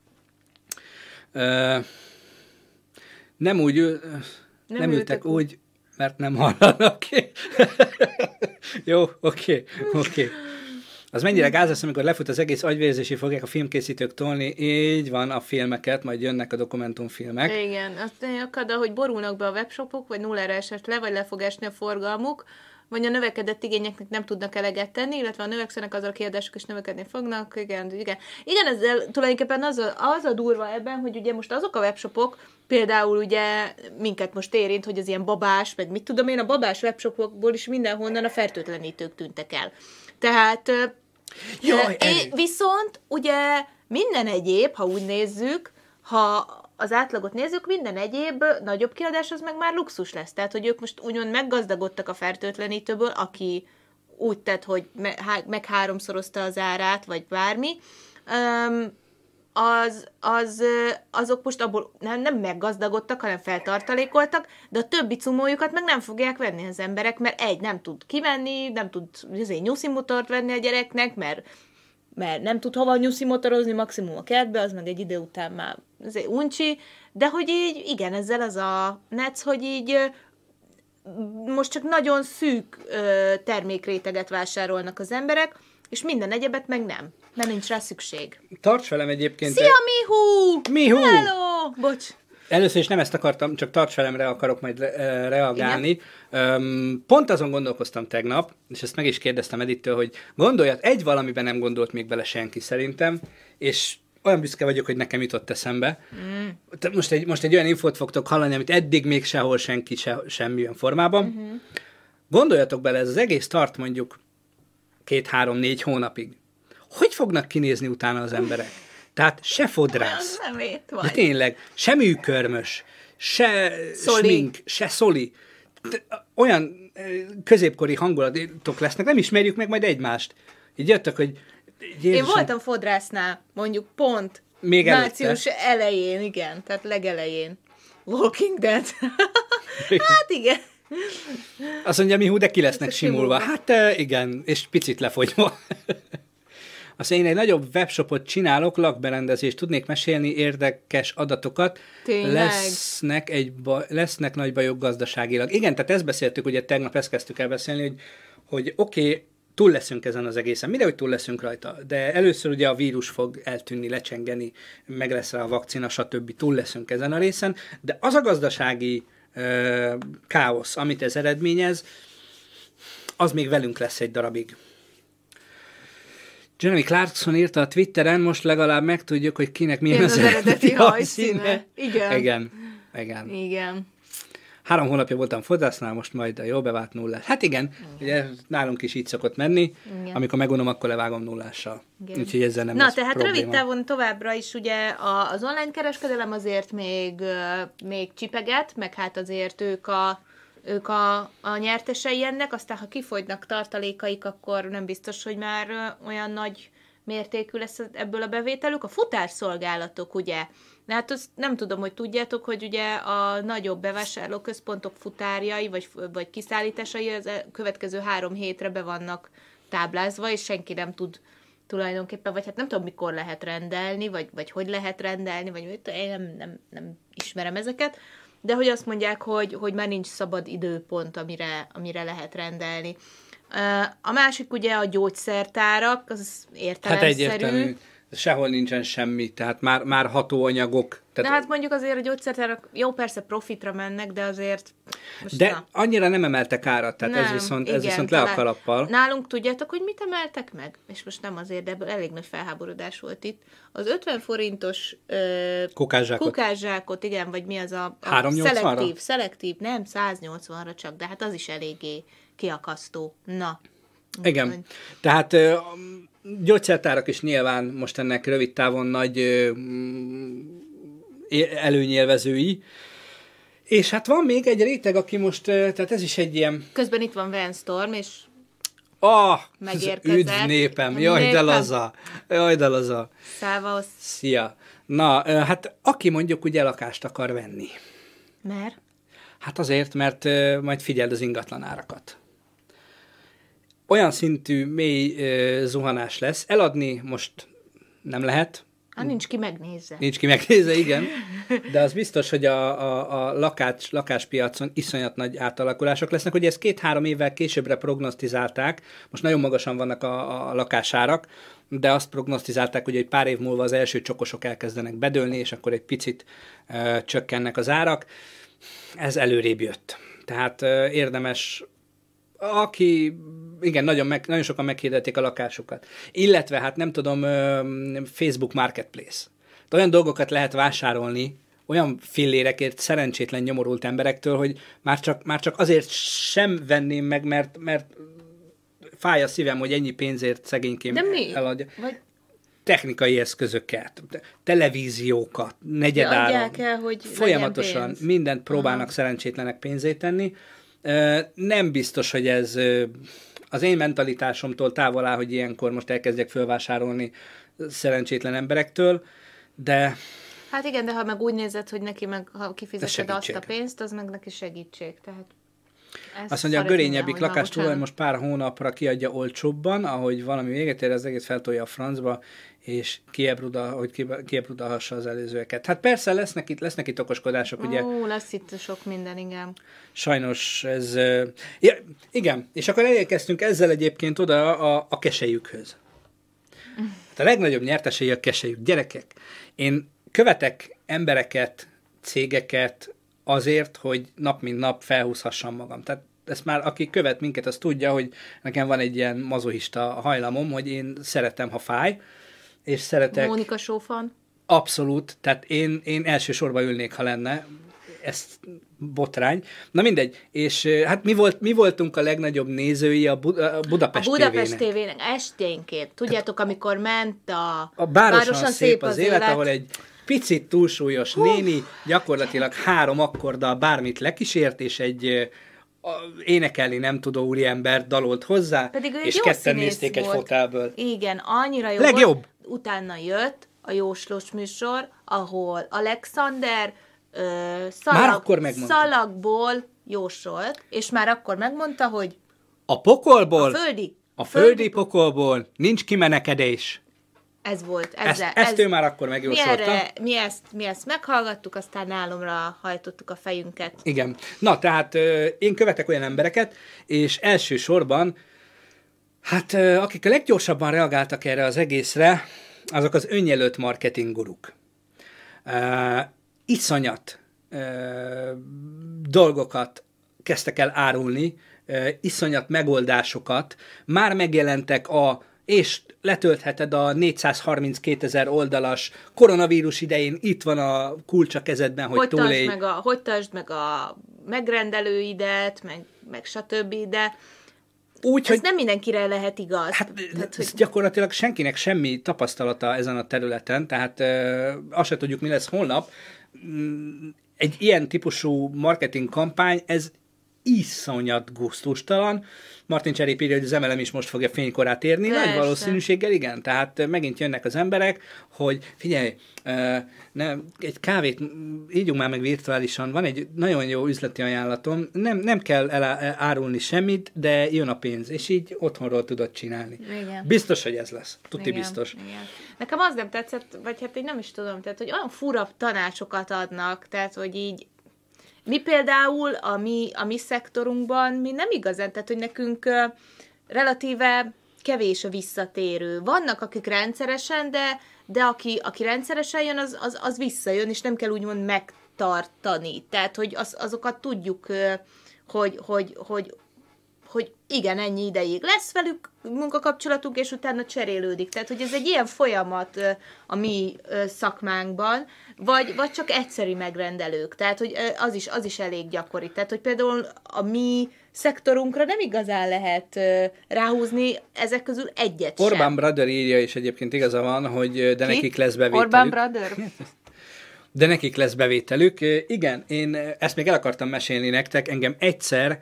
Nem ültek úgy, mert nem hallanak. Jó, oké. Az mennyire gáz lesz, amikor lefut az egész agyvérzési fogják a filmkészítők tolni, így van a filmeket, majd jönnek a dokumentumfilmek. Igen, azt akad, hogy borulnak be a webshopok, vagy nullára esett le, vagy le fog esni a forgalmuk, vagy a növekedett igényeknek nem tudnak eleget tenni, illetve a növekszenek azok a kiadások is növekedni fognak. Igen, ezzel tulajdonképpen az a durva ebben, hogy ugye most azok a webshopok, például ugye minket most érint, hogy az ilyen babás, meg mit tudom én, a babás webshopokból is mindenhonnan a fertőtlenítők tűntek el. Tehát viszont ugye minden egyéb, ha úgy nézzük, ha az átlagot nézzük, minden egyéb nagyobb kiadás az meg már luxus lesz. Tehát, hogy ők most úgymond meggazdagodtak a fertőtlenítőből, aki úgy tett, hogy meg 3-szorozta az árát, vagy bármi, azok most abból nem meggazdagodtak, hanem feltartalékoltak, de a többi cumójukat meg nem fogják venni az emberek, mert nem tud kimenni, nem tud nyuszimotort venni a gyereknek, mert nem tud hova nyuszimotorozni, maximum a kertbe, az meg egy idő után már uncsi, de hogy így, igen, ezzel az a netz, hogy így most csak nagyon szűk termékréteget vásárolnak az emberek, és minden egyebet meg nem, mert nincs rá szükség. Tarts velem egyébként. Szia, Mihu! Mihu! Hello! Bocs. Először is nem ezt akartam, csak tarts velemre akarok majd reagálni. Pont azon gondolkoztam tegnap, és ezt meg is kérdeztem Edittől, hogy gondoljat, egy valamiben nem gondolt még bele senki szerintem, és olyan büszke vagyok, hogy nekem jutott eszembe. Most egy olyan infót fogtok hallani, amit eddig még sehol senki semmilyen formában. Gondoljatok bele, ez az egész tart mondjuk 2-3-4 hónapig. Hogy fognak kinézni utána az emberek? Tehát se fodrász. De tényleg, se műkörmös, se smink, se szoli. Olyan középkori hangulatok lesznek, nem ismerjük meg majd egymást. Így jöttök, hogy Jézusom. Én voltam fodrásznál, mondjuk pont még március elején, igen, tehát legelején. Walking Dead. Hát igen. Azt mondja, mi hú, de ki lesznek simulva. Hát igen, és picit lefogyva. Azt én egy nagyobb webshopot csinálok, lakberendezést, tudnék mesélni, érdekes adatokat. Tényleg? Lesznek nagy bajok gazdaságilag. Igen, tehát ezt beszéltük, ugye tegnap ezt kezdtük el beszélni, hogy oké, túl leszünk ezen az egészen. Mindenhogy túl leszünk rajta, de először ugye a vírus fog eltűnni, lecsengeni, meg lesz rá a vakcina, stb. Túl leszünk ezen a részen, de az a gazdasági káosz, amit ez eredményez, az még velünk lesz egy darabig. Jeremy Clarkson írta a Twitteren, most legalább megtudjuk, hogy kinek milyen az eredeti hajszíne. Igen. 3 hónapja voltam fodrásznál, most majd a jól bevált nullás. Hát igen, ugye nálunk is így szokott menni, igen. Amikor megunom, akkor levágom nullással. Úgyhogy ezzel nem lesz tehát probléma. Rövid távon továbbra is ugye az online kereskedelem azért még csipeget, meg hát azért ők a nyertesei ennek, aztán ha kifogynak tartalékaik, akkor nem biztos, hogy már olyan nagy mértékű lesz ebből a bevételük. A futárszolgálatok, ugye, de hát azt nem tudom, hogy tudjátok, hogy ugye a nagyobb bevásárlóközpontok futárjai, vagy kiszállításai az következő 3 hétre be vannak táblázva, és senki nem tud tulajdonképpen, vagy hát nem tudom, mikor lehet rendelni, vagy hogy lehet rendelni, vagy én nem ismerem ezeket, de hogy azt mondják, hogy már nincs szabad időpont, amire lehet rendelni. A másik ugye a gyógyszertárak, az értelemszerű. Hát egyértelmű. Sehol nincsen semmi, tehát már hatóanyagok. Tehát... De hát mondjuk azért a gyógyszertárak, jó, persze profitra mennek, de azért... Annyira nem emeltek árat, tehát nem, ez viszont le a kalappal. Nálunk tudjátok, hogy mit emeltek meg? És most nem azért, de ebből elég nagy felháborodás volt itt. Az 50 forintos kokászsákot, igen, vagy mi az a szelektív, nem, 180-ra csak, de hát az is eléggé kiakasztó. Na. Igen, tehát... gyógyszertárak is nyilván most ennek rövid távon nagy előnyélvezői. És hát van még egy réteg, aki most, tehát ez is egy ilyen... Közben itt van Van Storm, és megérkezett. Üdv népem, jaj de laza. Szávasz. Szia. Na, hát aki mondjuk ugye lakást akar venni. Mert? Hát azért, mert majd figyeld az ingatlanárakat. Olyan szintű mély zuhanás lesz. Eladni most nem lehet. Nincs ki megnézze. Nincs ki megnézze, igen. De az biztos, hogy a lakáspiacon iszonyat nagy átalakulások lesznek. Ugye ezt 2-3 évvel későbbre prognosztizálták. Most nagyon magasan vannak a lakásárak, de azt prognosztizálták, hogy pár év múlva az első csokosok elkezdenek bedőlni, és akkor egy picit csökkennek az árak. Ez előrébb jött. Tehát érdemes... Aki, igen, nagyon sokan meghirdették a lakásukat. Illetve, hát nem tudom, Facebook Marketplace. De olyan dolgokat lehet vásárolni, olyan fillérekért szerencsétlen nyomorult emberektől, hogy már csak azért sem venném meg, mert fáj a szívem, hogy ennyi pénzért szegénykém eladja. Vagy... Technikai eszközöket, televíziókat, negyedáron, folyamatosan mindent próbálnak szerencsétlenek pénzét tenni. Nem biztos, hogy ez az én mentalitásomtól távol áll, hogy ilyenkor most elkezdjek fölvásárolni szerencsétlen emberektől, de... Hát igen, de ha meg úgy nézed, hogy neki meg, ha kifizeted azt a pénzt, az meg neki segítség, tehát... Azt mondja, a görényebbik lakástulaj most pár hónapra kiadja olcsóbban, ahogy valami véget ér, az egész feltolja a francba, és kiebrudalhassa az előzőeket. Hát persze lesznek itt okoskodások, ugye? Lesz itt sok minden, igen. Sajnos ez... igen, és akkor elérkeztünk ezzel egyébként oda a keselyükhöz. Hát a legnagyobb nyertesei a keselyük. Gyerekek, én követek embereket cégeket azért, hogy nap mint nap felhúzhassam magam. Tehát ezt már aki követ minket, az tudja, hogy nekem van egy ilyen mazochista hajlamom, hogy én szeretem, ha fáj, és szeretek... Mónika Sófan. Abszolút, tehát én elsősorban ülnék, ha lenne, ez botrány. Na mindegy, és hát mi voltunk a legnagyobb nézői a Budapest TV-nek. A Budapest TV-nek esténként. Tudjátok, amikor ment a Városan szép az élet, ahol egy picit túlsúlyos néni gyakorlatilag 3 akkorddal bármit lekísért, és egy énekelni nem tudó úriember dalolt hozzá, és ketten nézték egy fotelből. Igen, annyira jó legjobb. Volt. Utána jött a jóslós műsor, ahol Alexander szalagból jósolt, és már akkor megmondta, hogy a pokolból, a földi pokolból nincs kimenekedés. Ez volt. Ezt ő már akkor megjósolta. Mi ezt meghallgattuk, aztán álomra hajtottuk a fejünket. Igen. Na, tehát én követek olyan embereket, és elsősorban, hát akik a leggyorsabban reagáltak erre az egészre, azok az önjelölt marketing guruk. Iszonyat dolgokat kezdtek el árulni, iszonyat megoldásokat, már megjelentek és letöltheted a 432 000 oldalas koronavírus idején, itt van a kulcs a kezedben, hogy túlélj. Hogy tartsd meg a megrendelőidet, meg stb., de ez hogy nem mindenkire lehet igaz. Hát hogy gyakorlatilag senkinek semmi tapasztalata ezen a területen, tehát azt se tudjuk, mi lesz holnap. Egy ilyen típusú marketing kampány, ez iszonyat gusztustalan. Martin Cserép írja, hogy az MLM is most fogja fénykorát érni. Persze. Nagy valószínűséggel igen. Tehát megint jönnek az emberek, hogy figyelj, egy kávét ígyunk már meg virtuálisan, van egy nagyon jó üzleti ajánlatom, nem kell árulni semmit, de jön a pénz, és így otthonról tudod csinálni. Igen. Biztos, hogy ez lesz. Tuti igen, biztos. Igen. Nekem az nem tetszett, vagy hát én nem is tudom, tehát, hogy olyan fura tanácsokat adnak, tehát, hogy így mi például a mi szektorunkban mi nem igazán, tehát hogy nekünk relatíve kevés a visszatérő. Vannak, akik rendszeresen, de aki rendszeresen jön, az visszajön, és nem kell úgymond megtartani. Tehát, hogy azokat tudjuk, hogy igen, ennyi ideig lesz velük munkakapcsolatuk, és utána cserélődik. Tehát, hogy ez egy ilyen folyamat a mi szakmánkban, vagy csak egyszeri megrendelők. Tehát, hogy az is elég gyakori. Tehát, hogy például a mi szektorunkra nem igazán lehet ráhúzni ezek közül egyet sem. Orbán Brother írja, és egyébként igaza van, hogy de nekik lesz bevételük. Orbán Brother? De nekik lesz bevételük. Igen, én ezt még el akartam mesélni nektek. Engem egyszer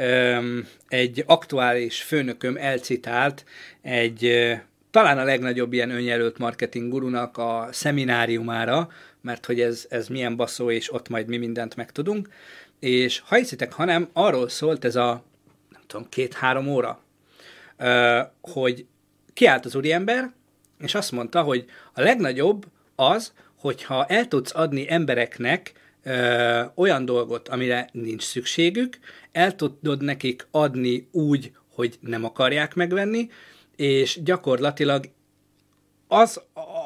egy aktuális főnököm elcitált talán a legnagyobb ilyen önjelölt marketing gurunak a szemináriumára, mert hogy ez milyen baszó, és ott majd mi mindent megtudunk. És ha hiszitek, hanem arról szólt ez a, nem tudom, 2-3 óra, hogy kiállt az úriember, és azt mondta, hogy a legnagyobb az, hogyha el tudsz adni embereknek olyan dolgot, amire nincs szükségük, el tudod nekik adni úgy, hogy nem akarják megvenni, és gyakorlatilag az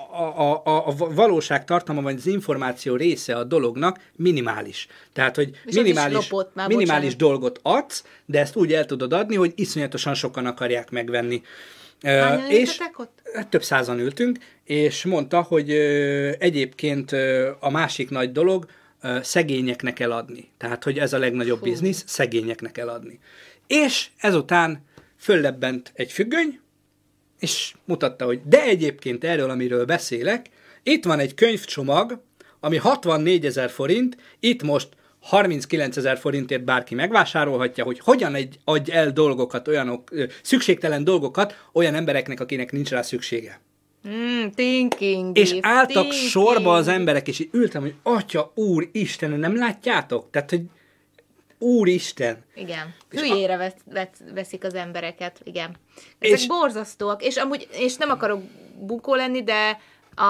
a valóság tartalma, vagy az információ része a dolognak minimális. Tehát, hogy minimális dolgot adsz, de ezt úgy el tudod adni, hogy iszonyatosan sokan akarják megvenni. És ott? Több százan ültünk, és mondta, hogy egyébként a másik nagy dolog, szegényeknek kell adni. Tehát, hogy ez a legnagyobb biznisz, szegényeknek kell adni. És ezután föllebbent egy függöny, és mutatta, hogy de egyébként erről, amiről beszélek, itt van egy könyvcsomag, ami 64 000 forint, itt most 39 000 forintért bárki megvásárolhatja, hogy hogyan adj el dolgokat, szükségtelen dolgokat olyan embereknek, akinek nincs rá szüksége. És álltak sorba az emberek, és így ültem, hogy Atya, Úristen, nem látjátok? Tehát, hogy Úristen. Igen. Hülyére veszik az embereket, igen. Ezek borzasztóak, és nem akarok bukó lenni, de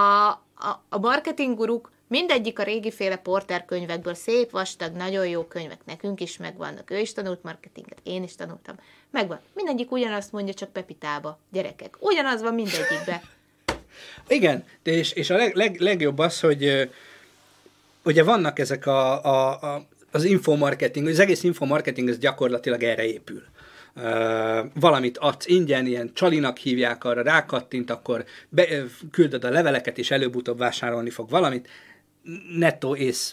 a marketing guruk mindegyik a régiféle Porter könyvekből, szép, vastag, nagyon jó könyvek, nekünk is megvannak. Ő is tanult marketinget, én is tanultam. Megvan. Mindegyik ugyanazt mondja, csak Pepitába. Gyerekek, ugyanaz van mindegyikbe. Igen, és a legjobb az, hogy ugye vannak ezek az infomarketing, az egész infomarketing ez gyakorlatilag erre épül. Valamit adsz ingyen, ilyen csalinak hívják, arra rákattint, akkor küldöd a leveleket, és előbb-utóbb vásárolni fog valamit. Nettó ész,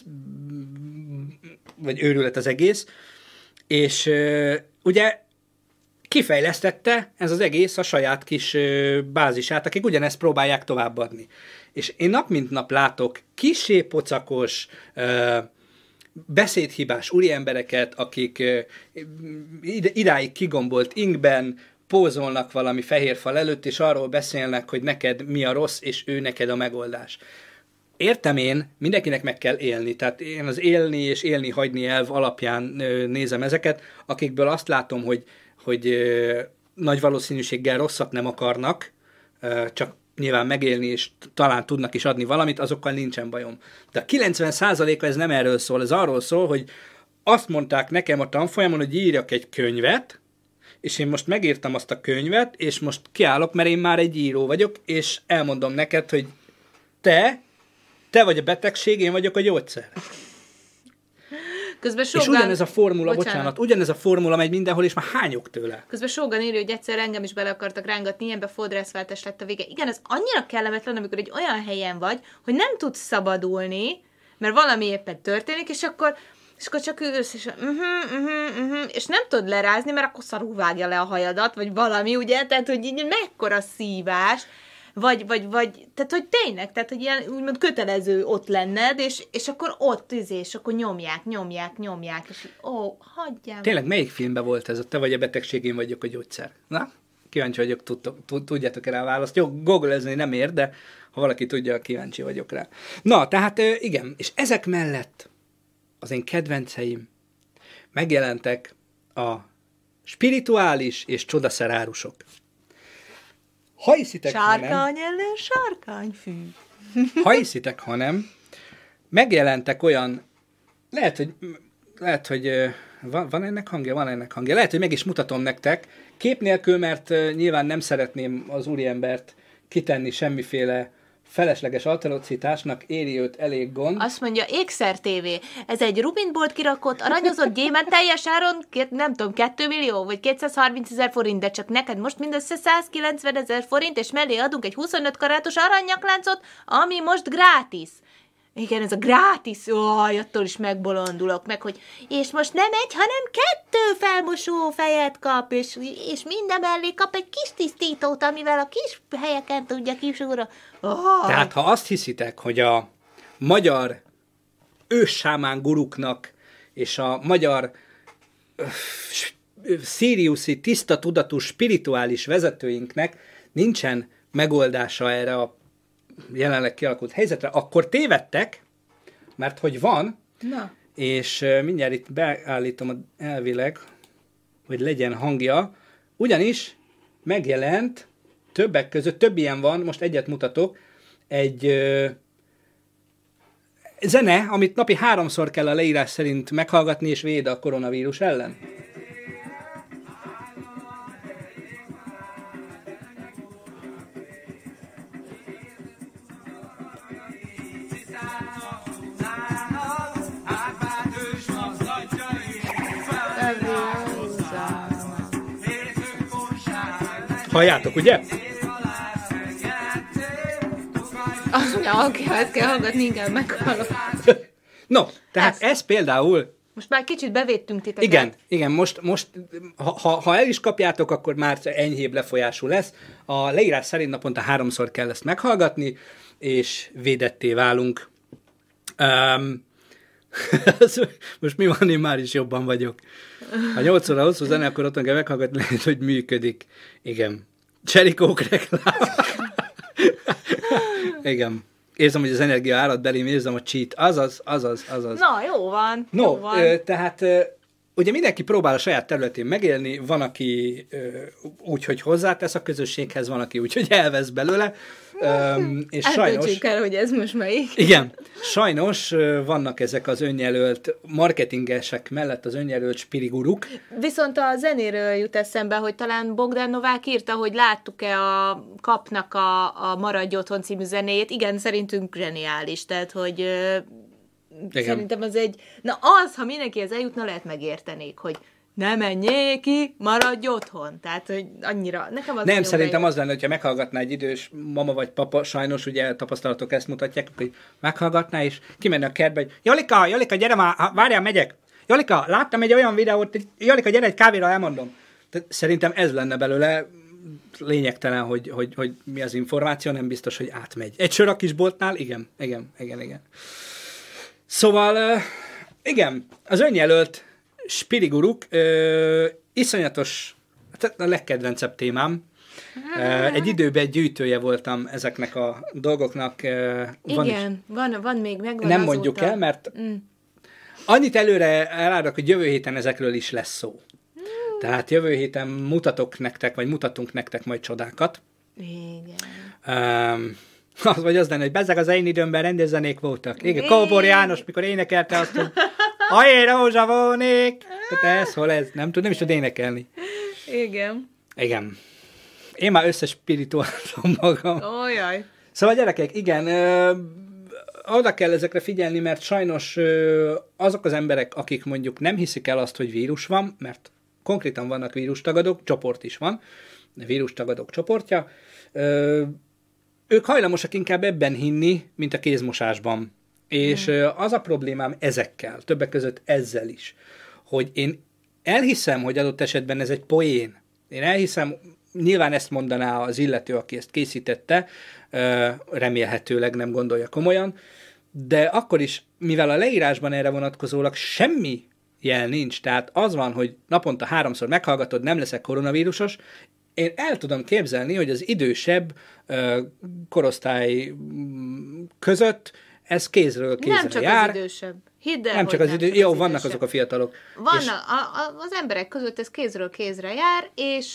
vagy őrület az egész. És ugye kifejlesztette ez az egész a saját kis bázisát, akik ugyanezt próbálják továbbadni. És én nap mint nap látok kissé pocakos, beszédhibás úriembereket, akik idáig kigombolt inkben pózolnak valami fehér fal előtt, és arról beszélnek, hogy neked mi a rossz, és ő neked a megoldás. Értem én, mindenkinek meg kell élni, tehát én az élni és élni hagyni elv alapján nézem ezeket, akikből azt látom, hogy nagy valószínűséggel rosszat nem akarnak, csak nyilván megélni, és talán tudnak is adni valamit, azokkal nincsen bajom. De a 90%-a ez nem erről szól, ez arról szól, hogy azt mondták nekem a tanfolyamon, hogy írjak egy könyvet, és én most megírtam azt a könyvet, és most kiállok, mert én már egy író vagyok, és elmondom neked, hogy te vagy a betegség, én vagyok a gyógyszer. Közben és ugyanez a formula, ugyanez a formula megy mindenhol, és már hányok tőle. Közben Sógan írja, hogy egyszer engem is bele akartak rángatni, ilyenbe fodrászváltás lett a vége. Igen, ez annyira kellemetlen, amikor egy olyan helyen vagy, hogy nem tudsz szabadulni, mert valami éppen történik, és akkor csak ülsz, és nem tudod lerázni, mert akkor szarul vágja le a hajadat, vagy valami, ugye? Tehát, hogy így mekkora szívás, vagy, tehát, hogy tényleg, tehát, hogy ilyen úgymond kötelező ott lenned, és akkor ott és akkor nyomják, és hagyjál. Tényleg, melyik filmben volt ez? Te vagy a betegség, én vagyok a gyógyszer. Na, kíváncsi vagyok, tudjátok rá a választ. Jó, googlezni nem ér, de ha valaki tudja, kíváncsi vagyok rá. Na, tehát igen, és ezek mellett az én kedvenceim megjelentek a spirituális és csodaszerárusok. Ha hiszitek, sárkány ellen sárkányfű. Ha hiszitek, hanem megjelentek olyan, lehet, hogy van ennek hangja? Lehet, hogy meg is mutatom nektek. Kép nélkül, mert nyilván nem szeretném az úriembert kitenni semmiféle felesleges atrocitásnak, éri őt elég gond. Azt mondja, Ékszer TV. Ez egy rubinbolt kirakott, aranyozott gyémánt teljes áron, nem tudom, 2 millió vagy 230 000 forint, de csak neked most mindössze 190 000 forint, és mellé adunk egy 25 karátos aranynyakláncot, ami most grátis. Igen, ez a grátis, attól is megbolondulok meg, hogy és most nem egy, hanem 2 felmosó fejet kap, és minden mellé kap egy kis tisztítót, amivel a kis helyeken tudja kisúra. Tehát, ha azt hiszitek, hogy a magyar őssámán guruknak és a magyar szíriuszi, tiszta tudatú, spirituális vezetőinknek nincsen megoldása erre a jelenleg kialakult helyzetre, akkor tévedtek, mert hogy van, és mindjárt itt beállítom elvileg, hogy legyen hangja, ugyanis megjelent többek között, több ilyen van, most egyet mutatok, egy zene, amit napi 3-szor kell a leírás szerint meghallgatni, és véd a koronavírus ellen. Halljátok, ugye? Azt mondja, ezt kell hallgatni, inkább meghallom. No, tehát ez például... Most már kicsit bevédtünk titeket. Igen, most ha el is kapjátok, akkor már enyhébb lefolyású lesz. A leírás szerint naponta 3-szor kell ezt meghallgatni, és védetté válunk. Most mi van, én már is jobban vagyok. Ha 8 óra hosszú zene, akkor otthon kell meghallgatni, lehet, hogy működik. Igen. Cserikók reklám. Igen. Érzem, hogy az energia árad belém, érzem a cheat. Azaz. Na, jó van. Tehát ugye mindenki próbál a saját területén megélni, van, aki úgy, hogy hozzátesz a közösséghez, van, aki úgy, hogy elvesz belőle. És sajnos... el, hogy ez most melyik. Igen. Sajnos vannak ezek az önjelölt marketingesek mellett az önjelölt spiriguruk. Viszont a zenéről jut eszembe, hogy talán Bogdan Novák írta, hogy láttuk-e a Kapnak a Maradj Otthon című zenéjét. Igen, szerintünk zseniális. Tehát, hogy szerintem az egy... Na ha mindenkihez eljutna, lehet megértenék, hogy ne menjél ki, maradj otthon. Tehát, hogy annyira... Nekem az nem, szerintem az lenne, hogyha meghallgatná egy idős mama vagy papa, sajnos ugye tapasztalatok ezt mutatják, hogy meghallgatná, és kimenne a kertbe, hogy Jolika, gyere már, várjál, megyek. Jolika, láttam egy olyan videót, Jolika, gyere egy kávéra, elmondom. Tehát szerintem ez lenne belőle lényegtelen, hogy mi az információ, nem biztos, hogy átmegy. Egy sör a kisboltnál? Igen. Szóval, igen, az önjelölt spiriguruk, iszonyatos, a legkedvencebb témám. Egy időben gyűjtője voltam ezeknek a dolgoknak. Van még, megvan nem azóta. mondjuk el, mert annyit előre elárulok, hogy jövő héten ezekről is lesz szó. Tehát jövő héten mutatunk nektek majd csodákat. Igen. Az lenne, hogy bezzeg az én időmben rendezzenék voltak. Igen, Kóbor János, mikor énekelte azt, hogy Ajé, Rózsa volnék! Tehát ez, hol ez? Nem is tud énekelni. Igen. Én már összespirituáltam magam. Ójaj. Szóval gyerekek, igen, oda kell ezekre figyelni, mert sajnos azok az emberek, akik mondjuk nem hiszik el azt, hogy vírus van, mert konkrétan vannak vírustagadók, csoport is van, vírustagadók csoportja, ők hajlamosak inkább ebben hinni, mint a kézmosásban. És az a problémám ezekkel, többek között ezzel is, hogy én elhiszem, hogy adott esetben ez egy poén. Én elhiszem, nyilván ezt mondaná az illető, aki ezt készítette, remélhetőleg nem gondolja komolyan, de akkor is, mivel a leírásban erre vonatkozólag semmi jel nincs, tehát az van, hogy naponta 3-szor meghallgatod, nem leszek koronavírusos, én el tudom képzelni, hogy az idősebb korosztály között ez kézről kézre jár. Nem csak az idősebb. Hidd el, nem csak az idősebb. Jó, vannak azok a fiatalok. Az emberek között ez kézről kézre jár,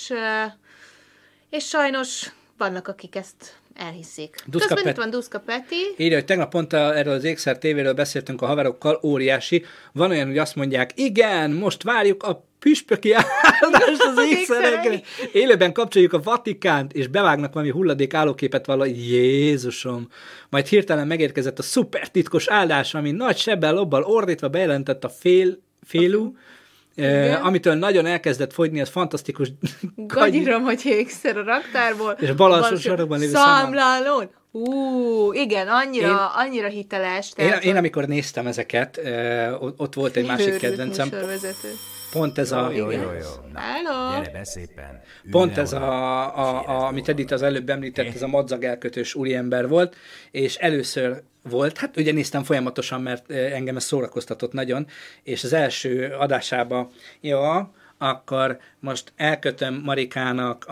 és sajnos vannak, akik ezt elhiszik. Közben itt van Duszka Peti. Írja, hogy tegnap pont erről az Ékszer tévéről beszéltünk a haverokkal, óriási. Van olyan, hogy azt mondják, igen, most várjuk a püspöki áldást az ékszerekre. Élőben kapcsoljuk a Vatikánt, és bevágnak valami hulladék állóképet valahogy. Jézusom! Majd hirtelen megérkezett a szuper titkos áldás, ami nagy sebbel, lobbal ordítva bejelentett a félú, amitől nagyon elkezdett fogyni, az fantasztikus gagyirom, hogy ékszer a raktárból. És a bal alsó sarokban lévő számlálón. Igen, annyira hiteles. Én amikor néztem ezeket, ott volt egy másik kedvencem. Pont ez a... Jó. Na, gyere be szépen. Pont ez amit Edith az előbb említett, ez a madzag elkötős úriember volt, és először volt, hát ugye néztem folyamatosan, mert engem ez szórakoztatott nagyon, és az első adásába, akkor most elkötöm Marikának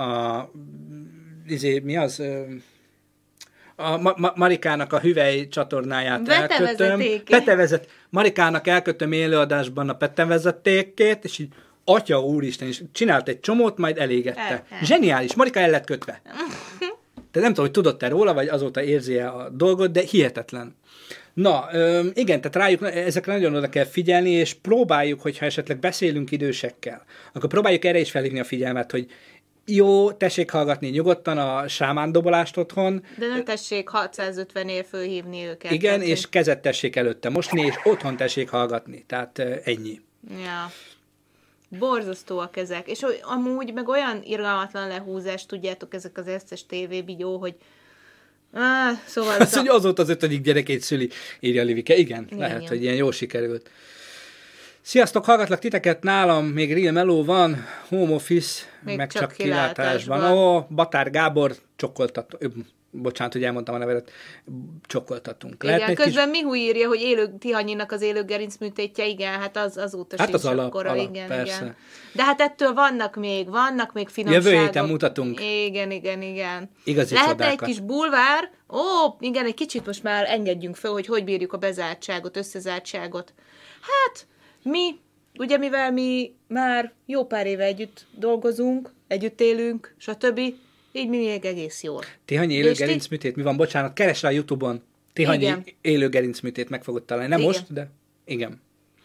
mi az... Marikának a hüvely csatornáját elkötöm. Marikának elkötöm élőadásban a petevezetékét, és így Atya úristen, és csinált egy csomót, majd elégette. Zseniális, Marika el lett kötve. De nem tudom, hogy tudott-e róla, vagy azóta érzi-e a dolgot, de hihetetlen. Na, igen, tehát rájuk ezekre nagyon oda kell figyelni, és próbáljuk, hogyha esetleg beszélünk idősekkel, akkor próbáljuk erre is felhívni a figyelmet, hogy jó, tessék hallgatni nyugodtan a sámándobolást otthon. De ne tessék 650-él fölhívni őket. Igen, tehát, és kezet tessék előtte mosni, és otthon tessék hallgatni. Tehát ennyi. Ja. Borzasztóak ezek. És amúgy meg olyan irgalmatlan lehúzás, tudjátok, ezek az összes tévébigyó, hogy szóval... Az, hogy azóta az 5. gyerekét szüli, írja Livike. Igen, lehet, hogy ilyen jól sikerült. Sziasztok, hallgatlak titeket, nálam még Real Meló van, home office, még meg csak kilátásban. Batár Gábor, bocsánat, hogy elmondtam a nevedet, csokoltatunk. Igen, közben Mihu írja, hogy Tihanyinak az élő gerincműtétje, igen, hát azóta hát sincs az akkora, alap, igen, persze. Igen. De hát ettől vannak még finomságok. Jövő héten mutatunk. Igen. Igazi lehetne csodákat. Egy kis bulvár, igen, egy kicsit most már engedjünk fel, hogy bírjuk a bezártságot, összezártságot. Hát, mivel mi már jó pár éve együtt dolgozunk, együtt élünk, stb., így mi még egész jól. Tihanyi élő gerincműtét, mi van? Bocsánat, keres rá a YouTube-on. Tihanyi élő gerincműtét meg fogod találni. Nem igen. Most, de igen.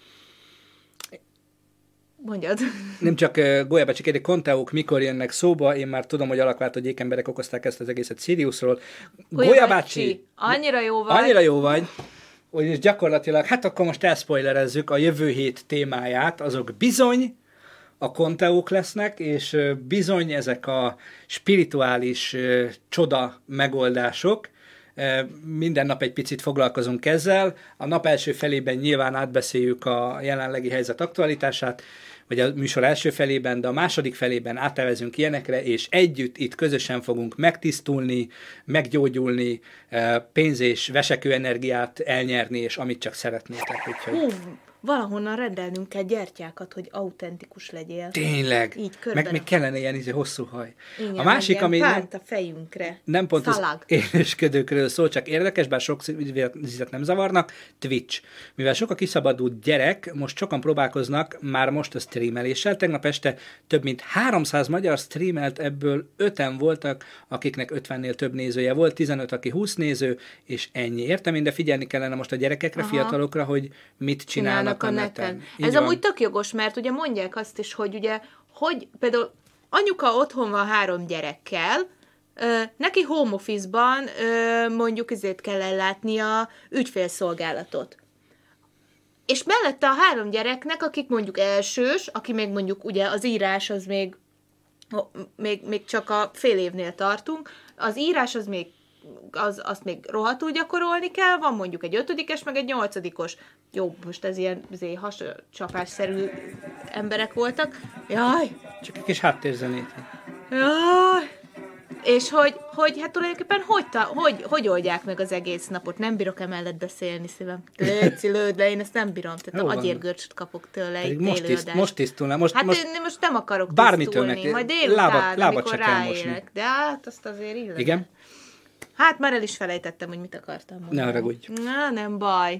Mondjad. Nem csak Golyabácsi kérdés, konteók mikor jönnek szóba, én már tudom, hogy alakváltó gyékemberek okozták ezt az egészet Siriusról. Golyabácsi! Annyira jó vagy. Annyira jó vagy. Úgyis gyakorlatilag, hát akkor most elspoilerezzük a jövő hét témáját, azok bizony a konteók lesznek, és bizony ezek a spirituális csoda megoldások. Minden nap egy picit foglalkozunk ezzel. A nap első felében nyilván átbeszéljük a jelenlegi helyzet aktualitását, vagy a műsor első felében, de a második felében átevezünk ilyenekre, és együtt itt közösen fogunk megtisztulni, meggyógyulni, pénz és vesekő energiát elnyerni, és amit csak szeretnétek. Úgyhogy... Valahonnan rendelnünk kell gyertyákat, hogy autentikus legyél. Tényleg. Így meg még kellene ilyen hosszú haj. Igen, a másik, ami nem, a fejünkre. Nem pont az élősködőkről szól, csak érdekes, bár sok vizet nem zavarnak, Twitch. Mivel sok a kiszabadult gyerek, most sokan próbálkoznak már most a streameléssel. Tegnap este több mint 300 magyar streamelt, ebből 5-en voltak, akiknek 50-nél több nézője volt, 15, aki 20 néző, és ennyi. Értem én, de figyelni kellene most a gyerekekre, fiatalokra, hogy mit csinálnak a neten. Ez van. Amúgy tök jogos, mert ugye mondják azt is, hogy ugye, hogy például anyuka otthon van 3 gyerekkel, neki home office-ban mondjuk ezért kell ellátni a ügyfélszolgálatot. És mellette a 3 gyereknek, akik mondjuk elsős, aki még mondjuk ugye az írás az még csak a fél évnél tartunk, az írás az még azt még rohadtul gyakorolni kell, van mondjuk egy 5-es, meg egy 8-os. Jó, most ez ilyen hascsapásszerű emberek voltak. Jaj! Csak egy kis háttérzenét. Jaj! És hogy hát tulajdonképpen hogy oldják meg az egész napot? Nem bírok emellett beszélni, szívem. Lőd le, én ezt nem bírom. Tehát agyérgörcsöt kapok tőle egy élőadást. Most tisztulna. Most nem akarok tisztulni. Majd délután, amikor ráérek. De hát azt azért illene. Igen? Hát már el is felejtettem, hogy mit akartam mondani. Ne haragudj. Na, nem baj.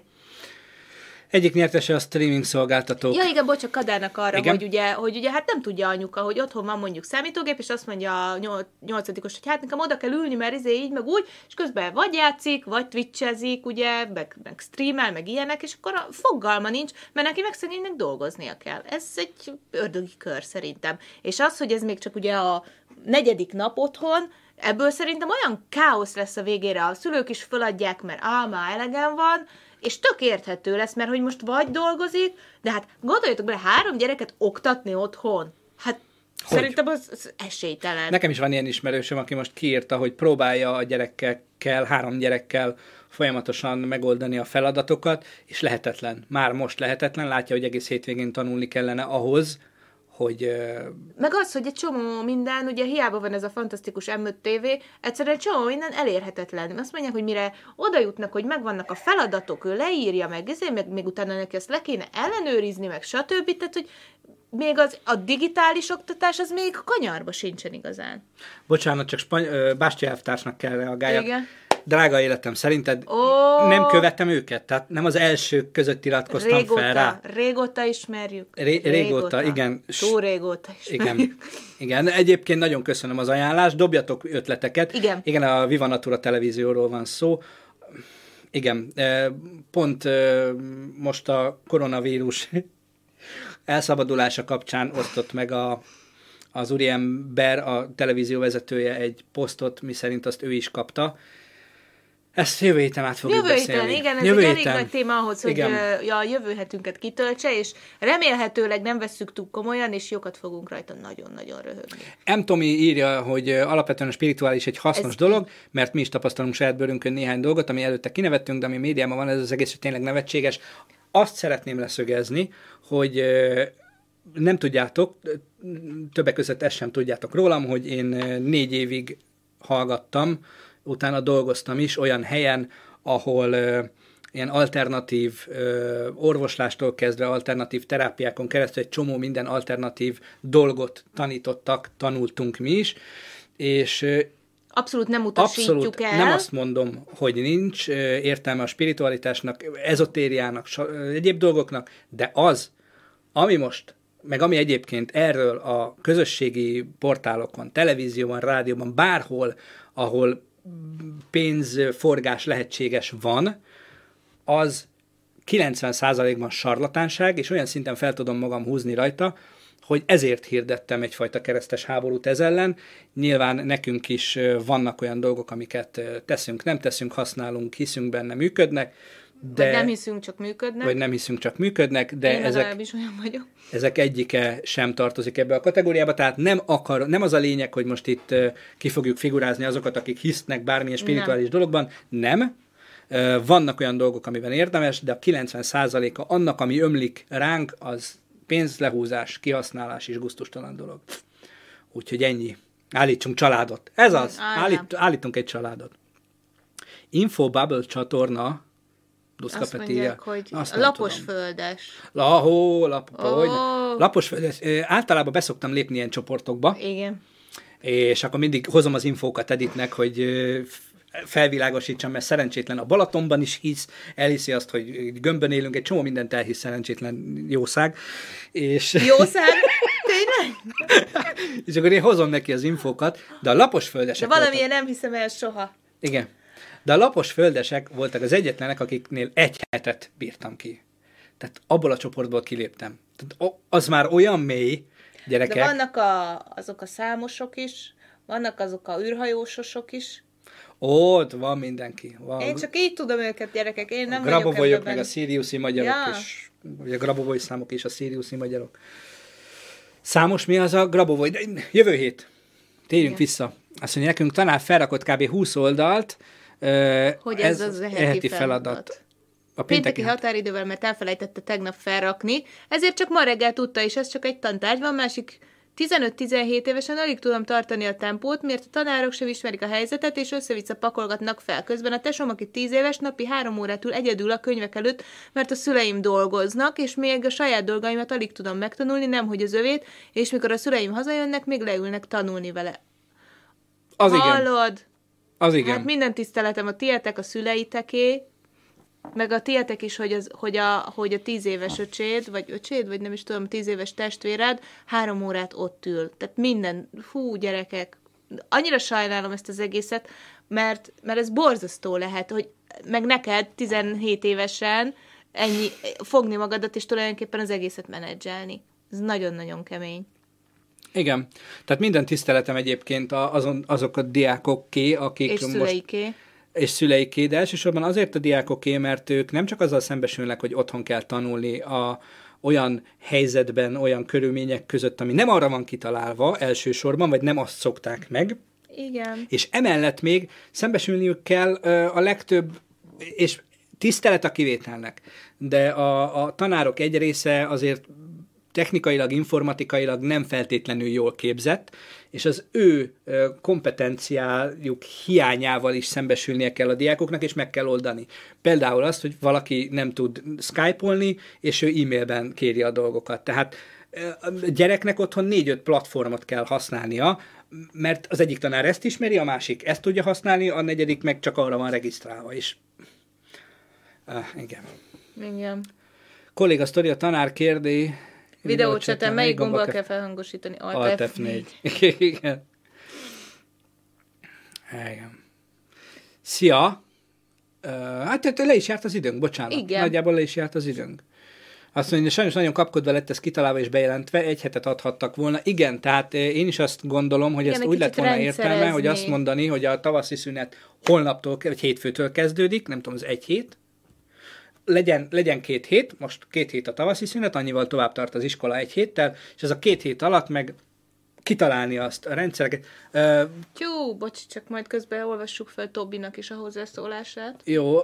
Egyik nyertese a streaming szolgáltatók. Ja, igen, bocs, a Kadának arra, hogy ugye hát nem tudja anyuka, hogy otthon van mondjuk számítógép, és azt mondja a 8-os, hogy hát nekem oda kell ülni, mert így, meg úgy, és közben vagy játszik, vagy twitchezik, ugye, meg streamel, meg ilyenek, és akkor a fogalma nincs, mert neki meg szegénynek dolgoznia kell. Ez egy ördögi kör szerintem. És az, hogy ez még csak ugye a 4. nap otthon, ebből szerintem olyan káosz lesz a végére, a szülők is föladják, mert már elegem van, és tök érthető lesz, mert hogy most vagy dolgozik, de hát gondoljatok bele, 3 gyereket oktatni otthon. Hát hogy? Szerintem az esélytelen. Nekem is van ilyen ismerősöm, aki most kiírta, hogy próbálja a gyerekekkel, 3 gyerekkel folyamatosan megoldani a feladatokat, és lehetetlen. Már most lehetetlen, látja, hogy egész hétvégén tanulni kellene ahhoz, hogy... Meg az, hogy egy csomó minden, ugye hiába van ez a fantasztikus M5 TV, egyszerűen csomó minden elérhetetlen. Azt mondják, hogy mire oda jutnak, hogy megvannak a feladatok, ő leírja meg, még utána neki azt le kéne ellenőrizni, meg stb. Tehát, hogy még a digitális oktatás az még kanyarba sincsen igazán. Bocsánat, csak Bástya elvtársnak kell reagáljak. Igen. Drága életem, szerinted nem követtem őket? Tehát nem az elsők között iratkoztam fel rá. Régóta ismerjük. Régóta, igen. Túl régóta ismerjük. Igen, egyébként nagyon köszönöm az ajánlást, dobjatok ötleteket. Igen, a Viva Natura televízióról van szó. Igen, pont most a koronavírus elszabadulása kapcsán osztott meg az úriember, a televízió vezetője egy posztot, miszerint azt ő is kapta. Ezt jövő héten át fogjuk beszélni. Igen, ez egy elég nagy téma ahhoz, hogy a jövő hetünket kitöltse, és remélhetőleg nem vesszük túl komolyan, és jókat fogunk rajta nagyon-nagyon röhögni. M. Tomi írja, hogy alapvetően a spirituális egy hasznos dolog, mert mi is tapasztalunk saját bőrünkön néhány dolgot, ami előtte kinevettünk, de ami médiában van, ez az egész, hogy tényleg nevetséges. Azt szeretném leszögezni, hogy nem tudjátok, többek között ezt sem tudjátok rólam, hogy én 4 évig hallgattam, utána dolgoztam is olyan helyen, ahol ilyen alternatív orvoslástól kezdve alternatív terápiákon keresztül egy csomó minden alternatív dolgot tanultunk mi is, és abszolút nem utasítjuk el. Nem azt mondom, hogy nincs értelme a spiritualitásnak, ezotériának, egyéb dolgoknak, de az, ami most, meg ami egyébként erről a közösségi portálokon, televízióban, rádióban, bárhol, ahol pénzforgás lehetséges van, az 90%-ban sarlatánság, és olyan szinten fel tudom magam húzni rajta, hogy ezért hirdettem egyfajta keresztes háborút ez ellen. Nyilván nekünk is vannak olyan dolgok, amiket teszünk, nem teszünk, használunk, hiszünk benne, működnek, Vagy nem hiszünk, csak működnek. Vagy nem hiszünk, csak működnek, de én legalábbis olyan vagyok. Ezek egyike sem tartozik ebbe a kategóriába, tehát nem az a lényeg, hogy most itt ki fogjuk figurázni azokat, akik hisznek bármilyen spirituális dologban, nem. Vannak olyan dolgok, amiben érdemes, de a 90%-a annak, ami ömlik ránk, az pénzlehúzás, kihasználás és gusztustalan dolog. Úgyhogy ennyi. Állítsunk családot. Ez az. Állítunk egy családot. Infobubble csatorna, azt mondják, hogy laposföldes. Laposföldes. Általában beszoktam lépni ilyen csoportokba. Igen. És akkor mindig hozom az infókat Editnek, hogy felvilágosítsam, mert szerencsétlen a Balatonban is hisz, elhiszi azt, hogy gömbön élünk, egy csomó mindent elhisz szerencsétlen jószág. Jószág? Tényleg? És akkor én hozom neki az infókat, de a laposföldesek de valamilyen nem hiszem el soha. Igen. De a laposföldesek voltak az egyetlenek, akiknél egy hetet bírtam ki. Tehát abból a csoportból kiléptem. Tehát az már olyan mély, gyerekek. De vannak azok a számosok is, vannak azok a űrhajósosok is. Ott van mindenki. Van. Én csak így tudom őket, gyerekek, én nem vagyok Grabovolyok, meg a szíriuszi magyarok is. Vagy a Grabovoly számok és a szíriuszi magyarok. Számos mi az a Grabovoly? Jövő hét. Térjünk vissza. Azt mondja, nekünk tanár felrakott kb. 20 oldalt. Hogy ez az heti feladat. A pénteki határidővel, mert elfelejtette tegnap felrakni, ezért csak ma reggel tudta, és ez csak egy tantárgy van, másik 15-17 évesen alig tudom tartani a tempót, mert a tanárok sem ismerik a helyzetet, és össze-vissza pakolgatnak fel. Közben a tesóm, aki 10 éves, napi 3 órát ül egyedül a könyvek előtt, mert a szüleim dolgoznak, és még a saját dolgaimat alig tudom megtanulni, nemhogy az övét, és mikor a szüleim hazajönnek, még leülnek tanulni vele. Az hallod? Igen. Az igen. Hát minden tiszteletem a tietek, a szüleiteké, meg a tietek is, hogy a 10 éves öcséd, vagy nem is tudom, 10 éves testvéred 3 órát ott ül. Tehát minden, gyerekek, annyira sajnálom ezt az egészet, mert ez borzasztó lehet, hogy meg neked 17 évesen ennyi fogni magadat, és tulajdonképpen az egészet menedzselni. Ez nagyon-nagyon kemény. Igen. Tehát minden tiszteletem egyébként azok a diákokké, akik és szüleiké. És szüleiké, de elsősorban azért a diákoké, mert ők nem csak azzal szembesülnek, hogy otthon kell tanulni olyan helyzetben, olyan körülmények között, ami nem arra van kitalálva elsősorban, vagy nem azt szokták meg. Igen. És emellett még szembesülniük kell a legtöbb, és tisztelet a kivételnek, de a tanárok egy része azért technikailag, informatikailag nem feltétlenül jól képzett, és az ő kompetenciájuk hiányával is szembesülnie kell a diákoknak, és meg kell oldani. Például azt, hogy valaki nem tud Skype-olni, és ő e-mailben kéri a dolgokat. Tehát a gyereknek otthon 4-5 platformot kell használnia, mert az egyik tanár ezt ismeri, a másik ezt tudja használni, a negyedik meg csak arra van regisztrálva is. Igen. Kolléga sztori, a tanár kérdi, videócseten melyik gombbal kell felhangosítani? Alt F4. Igen. Igen. Szia! Hát le is járt az időnk, bocsánat. Igen. Nagyjából le is járt az időnk. Azt mondja, sajnos nagyon kapkodva lett ez kitalálva és bejelentve, 1 hetet adhattak volna. Igen, tehát én is azt gondolom, hogy ezt úgy lett volna értelme, hogy azt mondani, hogy a tavaszi szünet holnaptól, vagy hétfőtől kezdődik, nem tudom, az 1 hét. Legyen 2 hét, most 2 hét a tavaszi szünet, annyival tovább tart az iskola 1 héttel, és ez a 2 hét alatt meg kitalálni azt a rendszereket. Bocs, csak majd közben olvassuk fel Tobinak is a hozzászólását. Jó,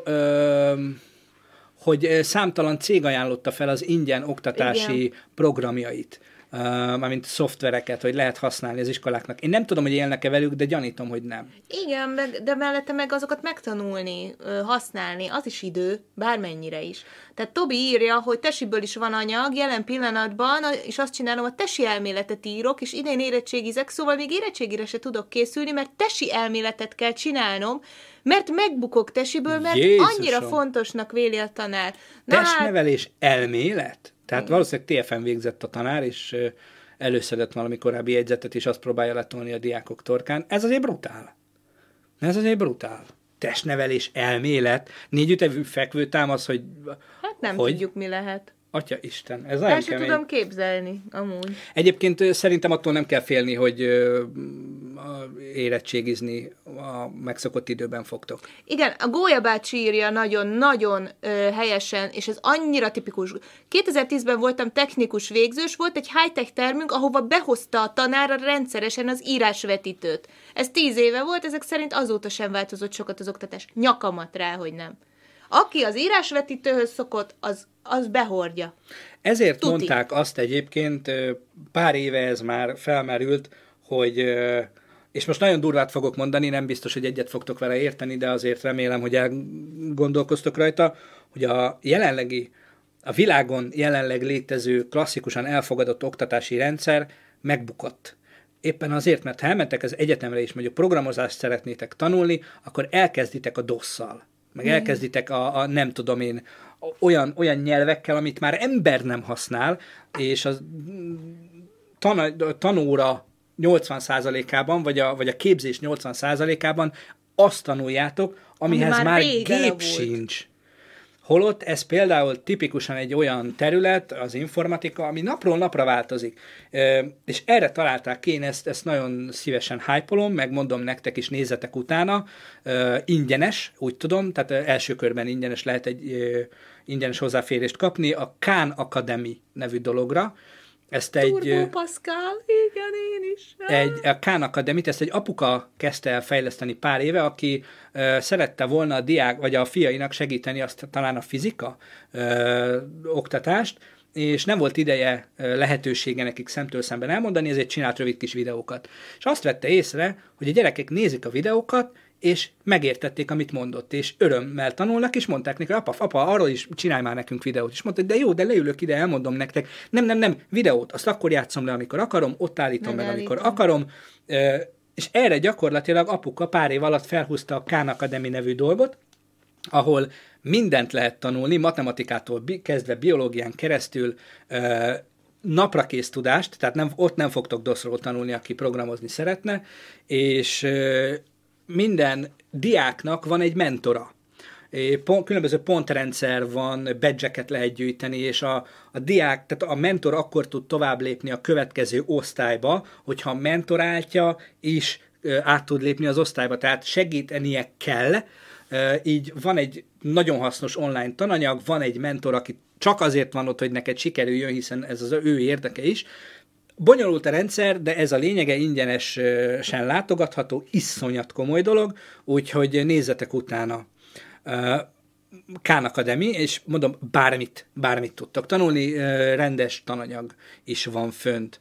hogy számtalan cég ajánlotta fel az ingyen oktatási programjait, mármint szoftvereket, hogy lehet használni az iskoláknak. Én nem tudom, hogy élnek-e velük, de gyanítom, hogy nem. Igen, de mellette meg azokat megtanulni, használni, az is idő, bármennyire is. Tehát Tobi írja, hogy tesiből is van anyag, jelen pillanatban, és azt csinálom, a tesi elméletet írok, és idén érettségizek, szóval még érettségire se tudok készülni, mert tesi elméletet kell csinálnom, mert megbukok tesiből, mert annyira fontosnak véli a tanár. Testnevelés elmélet? Tehát valószínűleg TFN végzett a tanár, és előszedett valami korábbi jegyzetet, és azt próbálja letolni a diákok torkán. Ez azért brutál. Testnevelés elmélet, 4 ütevű fekvő támasz, hogy... Hát nem tudjuk, mi lehet. Atya Isten, ez nagyon kemény. tudom képzelni, amúgy. Egyébként szerintem attól nem kell félni, hogy érettségizni a megszokott időben fogtok. Igen, a Gólya bácsi írja nagyon-nagyon helyesen, és ez annyira tipikus. 2010-ben voltam technikus végzős, volt egy high-tech termünk, ahova behozta a tanár rendszeresen az írásvetítőt. Ez 10 éve volt, ezek szerint azóta sem változott sokat az oktatás. Nyakamat rá, hogy nem. Aki az írásvetítőhöz szokott, az behordja. Ezért Tuti. Mondták azt egyébként, pár éve ez már felmerült, hogy, és most nagyon durvát fogok mondani, nem biztos, hogy egyet fogtok vele érteni, de azért remélem, hogy elgondolkoztok rajta, hogy a világon jelenleg létező klasszikusan elfogadott oktatási rendszer megbukott. Éppen azért, mert ha elmentek az egyetemre és mondjuk programozást szeretnétek tanulni, akkor elkezditek a DOS-szal, meg elkezditek a nem tudom én, olyan nyelvekkel, amit már ember nem használ, és a tanóra 80%-ában, vagy a képzés 80%-ában azt tanuljátok, amihez már gép sincs. Holott ez például tipikusan egy olyan terület, az informatika, ami napról napra változik. És erre találták ki, én ezt nagyon szívesen hype-olom, meg mondom nektek is, nézzetek utána. Ingyenes, úgy tudom, tehát első körben ingyenes lehet egy ingyenes hozzáférést kapni a Khan Academy nevű dologra. Ezt Turbo Pascal, igen, én is. A Khan Academy-t, ezt egy apuka kezdte el fejleszteni pár éve, aki szerette volna a diák, vagy a fiainak segíteni azt talán a fizika oktatást, és nem volt ideje, lehetősége nekik szemtől szemben elmondani, ezért csinált rövid kis videókat. És azt vette észre, hogy a gyerekek nézik a videókat, és megértették, amit mondott, és örömmel tanulnak, és mondták neki, apa, arról is csinálj már nekünk videót. És mondta, de jó, de leülök ide, elmondom nektek. Nem, videót, azt akkor játszom le, amikor akarom, ott állítom meg, amikor akarom. És erre gyakorlatilag apuka pár év alatt felhúzta a Khan Academy nevű dolgot, ahol mindent lehet tanulni, matematikától kezdve biológián keresztül, naprakész tudást, tehát ott nem fogtok DOS-ról tanulni, aki programozni szeretne, és minden diáknak van egy mentora. Különböző pontrendszer van, badge-eket lehet gyűjteni, és a diák, tehát a mentor akkor tud tovább lépni a következő osztályba, hogyha a mentoráltja is át tud lépni az osztályba, tehát segítenie kell. Így van egy nagyon hasznos online tananyag, van egy mentor, aki csak azért van ott, hogy neked sikerüljön, hiszen ez az ő érdeke is. Bonyolult a rendszer, de ez a lényege, ingyenesen látogatható, iszonyat komoly dolog, úgyhogy nézzetek utána. Khan Academy, és mondom, bármit tudtok tanulni, rendes tananyag is van fönt.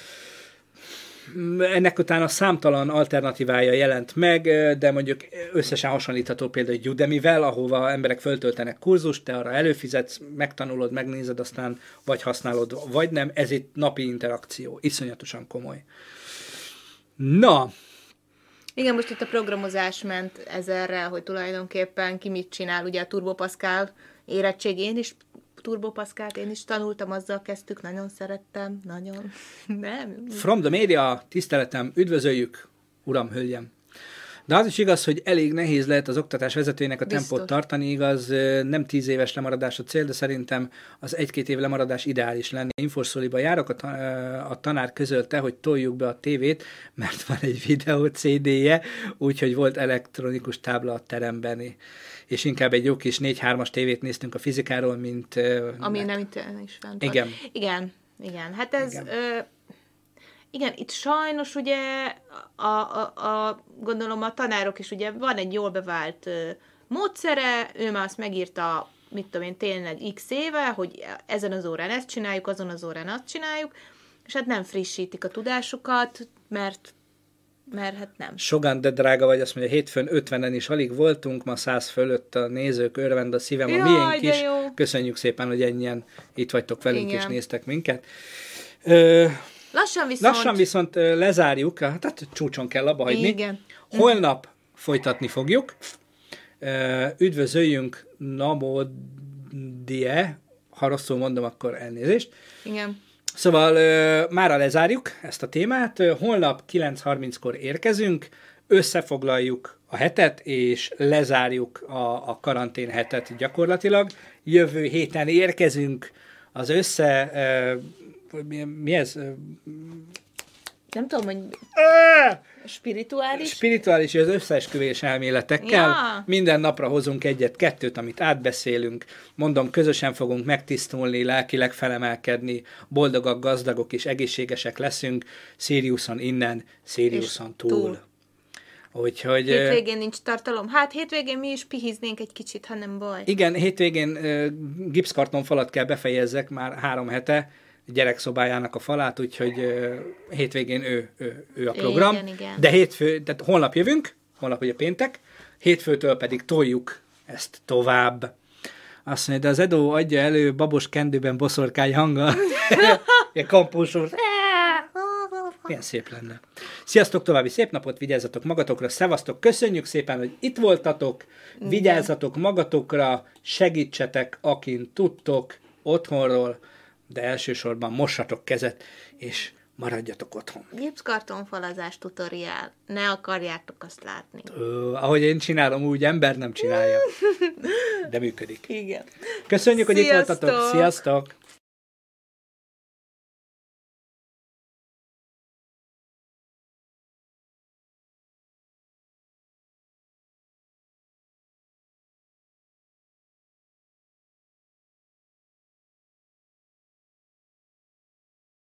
Ennek utána számtalan alternatívája jelent meg, de mondjuk összesen hasonlítható például Udemy-vel, ahova emberek föltöltenek kurzust, te arra előfizetsz, megtanulod, megnézed, aztán vagy használod, vagy nem. Ez itt napi interakció. Iszonyatosan komoly. Na! Igen, most itt a programozás ment ezerre, hogy tulajdonképpen ki mit csinál. Ugye a Turbo Pascal érettség, én is Turbo Pascalt én is tanultam, azzal kezdtük, nagyon szerettem, nagyon. Nem. From the Media, tiszteletem, üdvözöljük, uram, hölgyem. De az is igaz, hogy elég nehéz lehet az oktatás vezetőjének a tempót tartani, igaz, nem 10 éves lemaradás a cél, de szerintem az 1-2 év lemaradás ideális lenne. Infoszóliba járok, a tanár közölte, hogy toljuk be a tévét, mert van egy videó CD-je, úgyhogy volt elektronikus tábla a teremben, és inkább egy jó kis 4-3-as tévét néztünk a fizikáról, mint... Ami nem itt is fent Igen. Igen. Hát ez... Igen, itt sajnos ugye gondolom a tanárok is ugye van egy jól bevált módszere, ő már azt megírta, mit tudom én, tényleg x éve, hogy ezen az órán ezt csináljuk, azon az órán azt csináljuk, és hát nem frissítik a tudásukat, mert hát nem. Sogan, de drága vagy, azt mondja, hétfőn 50-en is alig voltunk, ma 100 fölött a nézők, örvend a szívem, a miénk is. Jó. Köszönjük szépen, hogy ennyien itt vagytok velünk, igen, és néztek minket. Lassan viszont lezárjuk, tehát csúcson kell abba hagyni. Igen. Holnap folytatni fogjuk. Üdvözöljünk Namodie, ha rosszul mondom, akkor elnézést. Igen. Szóval mára lezárjuk ezt a témát. Holnap 9:30-kor érkezünk, összefoglaljuk a hetet, és lezárjuk a karantén hetet gyakorlatilag. Jövő héten érkezünk az mi ez? nem tudom, hogy spirituális? Spirituális, az összeesküvés elméletekkel. Ja. Minden napra hozunk egyet-kettőt, amit átbeszélünk. Mondom, közösen fogunk megtisztulni, lelkileg felemelkedni, boldogak, gazdagok és egészségesek leszünk. Siriuson innen, Siriuson túl. Úgyhogy, hétvégén nincs tartalom. Hát hétvégén mi is pihiznénk egy kicsit, ha nem baj. Igen, hétvégén gipszkartonfalat kell befejezzek már 3 hete, gyerekszobájának a falát, úgyhogy hétvégén ő a program. Igen. De tehát holnap jövünk, holnap ugye péntek, hétfőtől pedig toljuk ezt tovább. Azt mondja, de az Edo adja elő babos kendőben boszorkány hanggal. Ilyen kampósor. Milyen szép lenne. Sziasztok, további szép napot, vigyázzatok magatokra, szevasztok, köszönjük szépen, hogy itt voltatok, vigyázzatok magatokra, segítsetek, akin tudtok otthonról, de elsősorban mossatok kezet, és maradjatok otthon. Gipszkartonfalazás tutoriál. Ne akarjátok azt látni. Ahogy én csinálom, úgy ember nem csinálja. De működik. Igen. Köszönjük, hogy itt voltatok. Sziasztok!